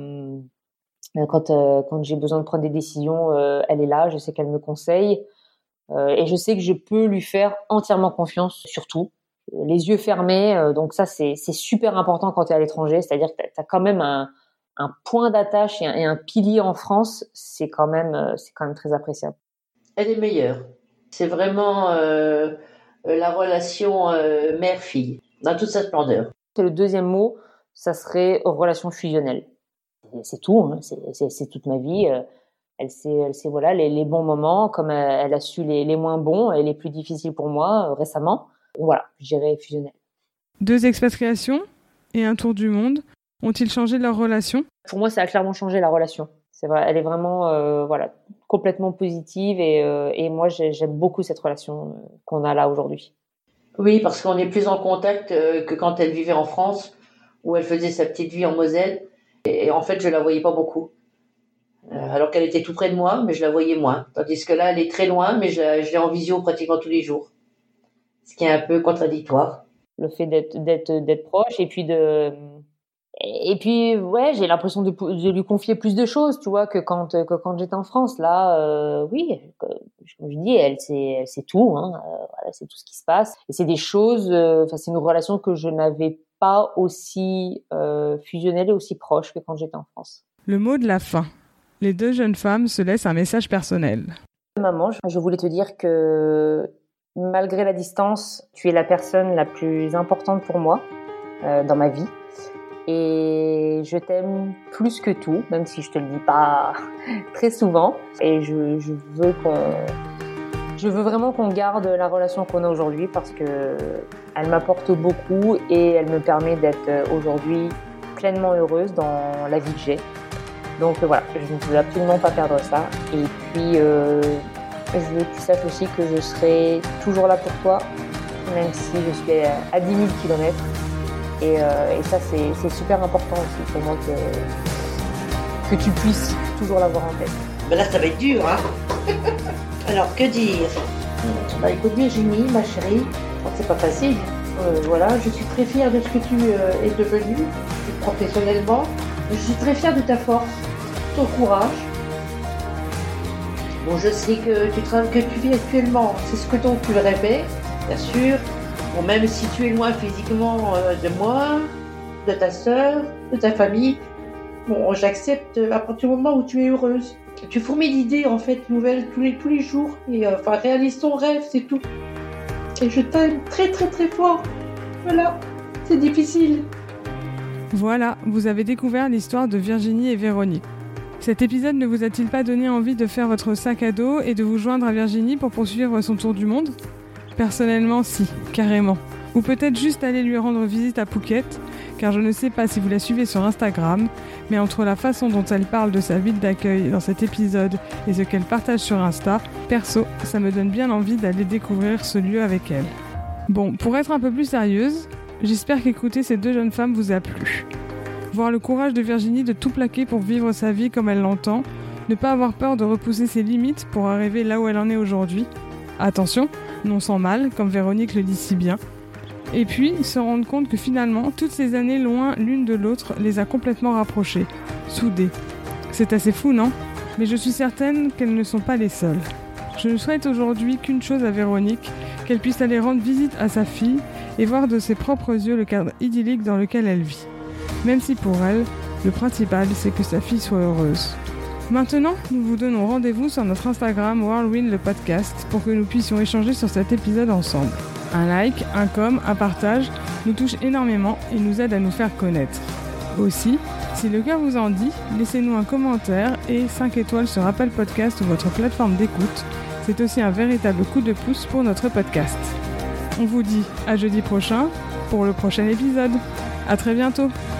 quand j'ai besoin de prendre des décisions, elle est là. Je sais qu'elle me conseille et je sais que je peux lui faire entièrement confiance sur tout, les yeux fermés. Donc ça, c'est super important quand tu es à l'étranger, c'est-à-dire que tu as quand même un point d'attache et un pilier en France, c'est quand même très appréciable. Elle est meilleure. C'est vraiment la relation mère-fille, dans toute sa splendeur. Et le deuxième mot, ça serait relation fusionnelle. C'est tout, hein, c'est toute ma vie. Elle sait voilà, les bons moments, comme elle a su les moins bons et les plus difficiles pour moi récemment. Voilà, je dirais fusionnelle. 2 expatriations et un tour du monde ont-ils changé leur relation? Pour moi, ça a clairement changé la relation. C'est vrai, elle est vraiment complètement positive et moi, j'aime beaucoup cette relation qu'on a là aujourd'hui. Oui, parce qu'on est plus en contact que quand elle vivait en France, où elle faisait sa petite vie en Moselle. Et en fait, je la voyais pas beaucoup. Alors qu'elle était tout près de moi, mais je la voyais moins. Tandis que là, elle est très loin, mais je l'ai en visio pratiquement tous les jours. Ce qui est un peu contradictoire. Le fait d'être proche et puis ouais, j'ai l'impression de lui confier plus de choses, tu vois, que quand j'étais en France. Là, oui, comme je dis, elle sait tout, hein, voilà, c'est tout ce qui se passe. Et c'est des choses, c'est une relation que je n'avais pas aussi fusionnelle et aussi proche que quand j'étais en France. Le mot de la fin. Les deux jeunes femmes se laissent un message personnel. Maman, je voulais te dire que malgré la distance, tu es la personne la plus importante pour moi dans ma vie. Et je t'aime plus que tout, même si je te le dis pas très souvent. Et je veux vraiment qu'on garde la relation qu'on a aujourd'hui parce que elle m'apporte beaucoup et elle me permet d'être aujourd'hui pleinement heureuse dans la vie que j'ai. Donc voilà, je ne veux absolument pas perdre ça. Et puis, je veux que tu saches aussi que je serai toujours là pour toi, même si je suis à 10 000 km. Et ça, c'est super important aussi pour moi que tu puisses toujours l'avoir en tête. Ben là, ça va être dur, hein. Alors, que dire? Bah écoute Virginie, ma chérie, c'est pas facile. Voilà, je suis très fière de ce que tu es devenue professionnellement. Je suis très fière de ta force, ton courage. Bon, je sais que tu vis actuellement, c'est ce que tu le rêvais, bien sûr. Bon, même si tu es loin physiquement de moi, de ta sœur, de ta famille, bon, j'accepte à partir du moment où tu es heureuse. Tu fourmilles d'idées en fait nouvelles tous les jours et réalise ton rêve, c'est tout. Et je t'aime très très très fort. Voilà, c'est difficile. Voilà, vous avez découvert l'histoire de Virginie et Véronique. Cet épisode ne vous a-t-il pas donné envie de faire votre sac à dos et de vous joindre à Virginie pour poursuivre son tour du monde ? Personnellement, si, carrément. Ou peut-être juste aller lui rendre visite à Phuket, car je ne sais pas si vous la suivez sur Instagram, mais entre la façon dont elle parle de sa ville d'accueil dans cet épisode et ce qu'elle partage sur Insta, perso, ça me donne bien envie d'aller découvrir ce lieu avec elle. Bon, pour être un peu plus sérieuse, j'espère qu'écouter ces deux jeunes femmes vous a plu. Voir le courage de Virginie de tout plaquer pour vivre sa vie comme elle l'entend, ne pas avoir peur de repousser ses limites pour arriver là où elle en est aujourd'hui. Attention, non sans mal, comme Véronique le dit si bien. Et puis, se rendre compte que finalement, toutes ces années loin l'une de l'autre les a complètement rapprochées, soudées. C'est assez fou, non ? Mais je suis certaine qu'elles ne sont pas les seules. Je ne souhaite aujourd'hui qu'une chose à Véronique, qu'elle puisse aller rendre visite à sa fille et voir de ses propres yeux le cadre idyllique dans lequel elle vit. Même si pour elle, le principal, c'est que sa fille soit heureuse. Maintenant, nous vous donnons rendez-vous sur notre Instagram Whirlwind le podcast pour que nous puissions échanger sur cet épisode ensemble. Un like, un com, un partage nous touche énormément et nous aide à nous faire connaître. Aussi, si le cœur vous en dit, laissez-nous un commentaire et 5 étoiles sur Apple Podcast ou votre plateforme d'écoute. C'est aussi un véritable coup de pouce pour notre podcast. On vous dit à jeudi prochain pour le prochain épisode. À très bientôt.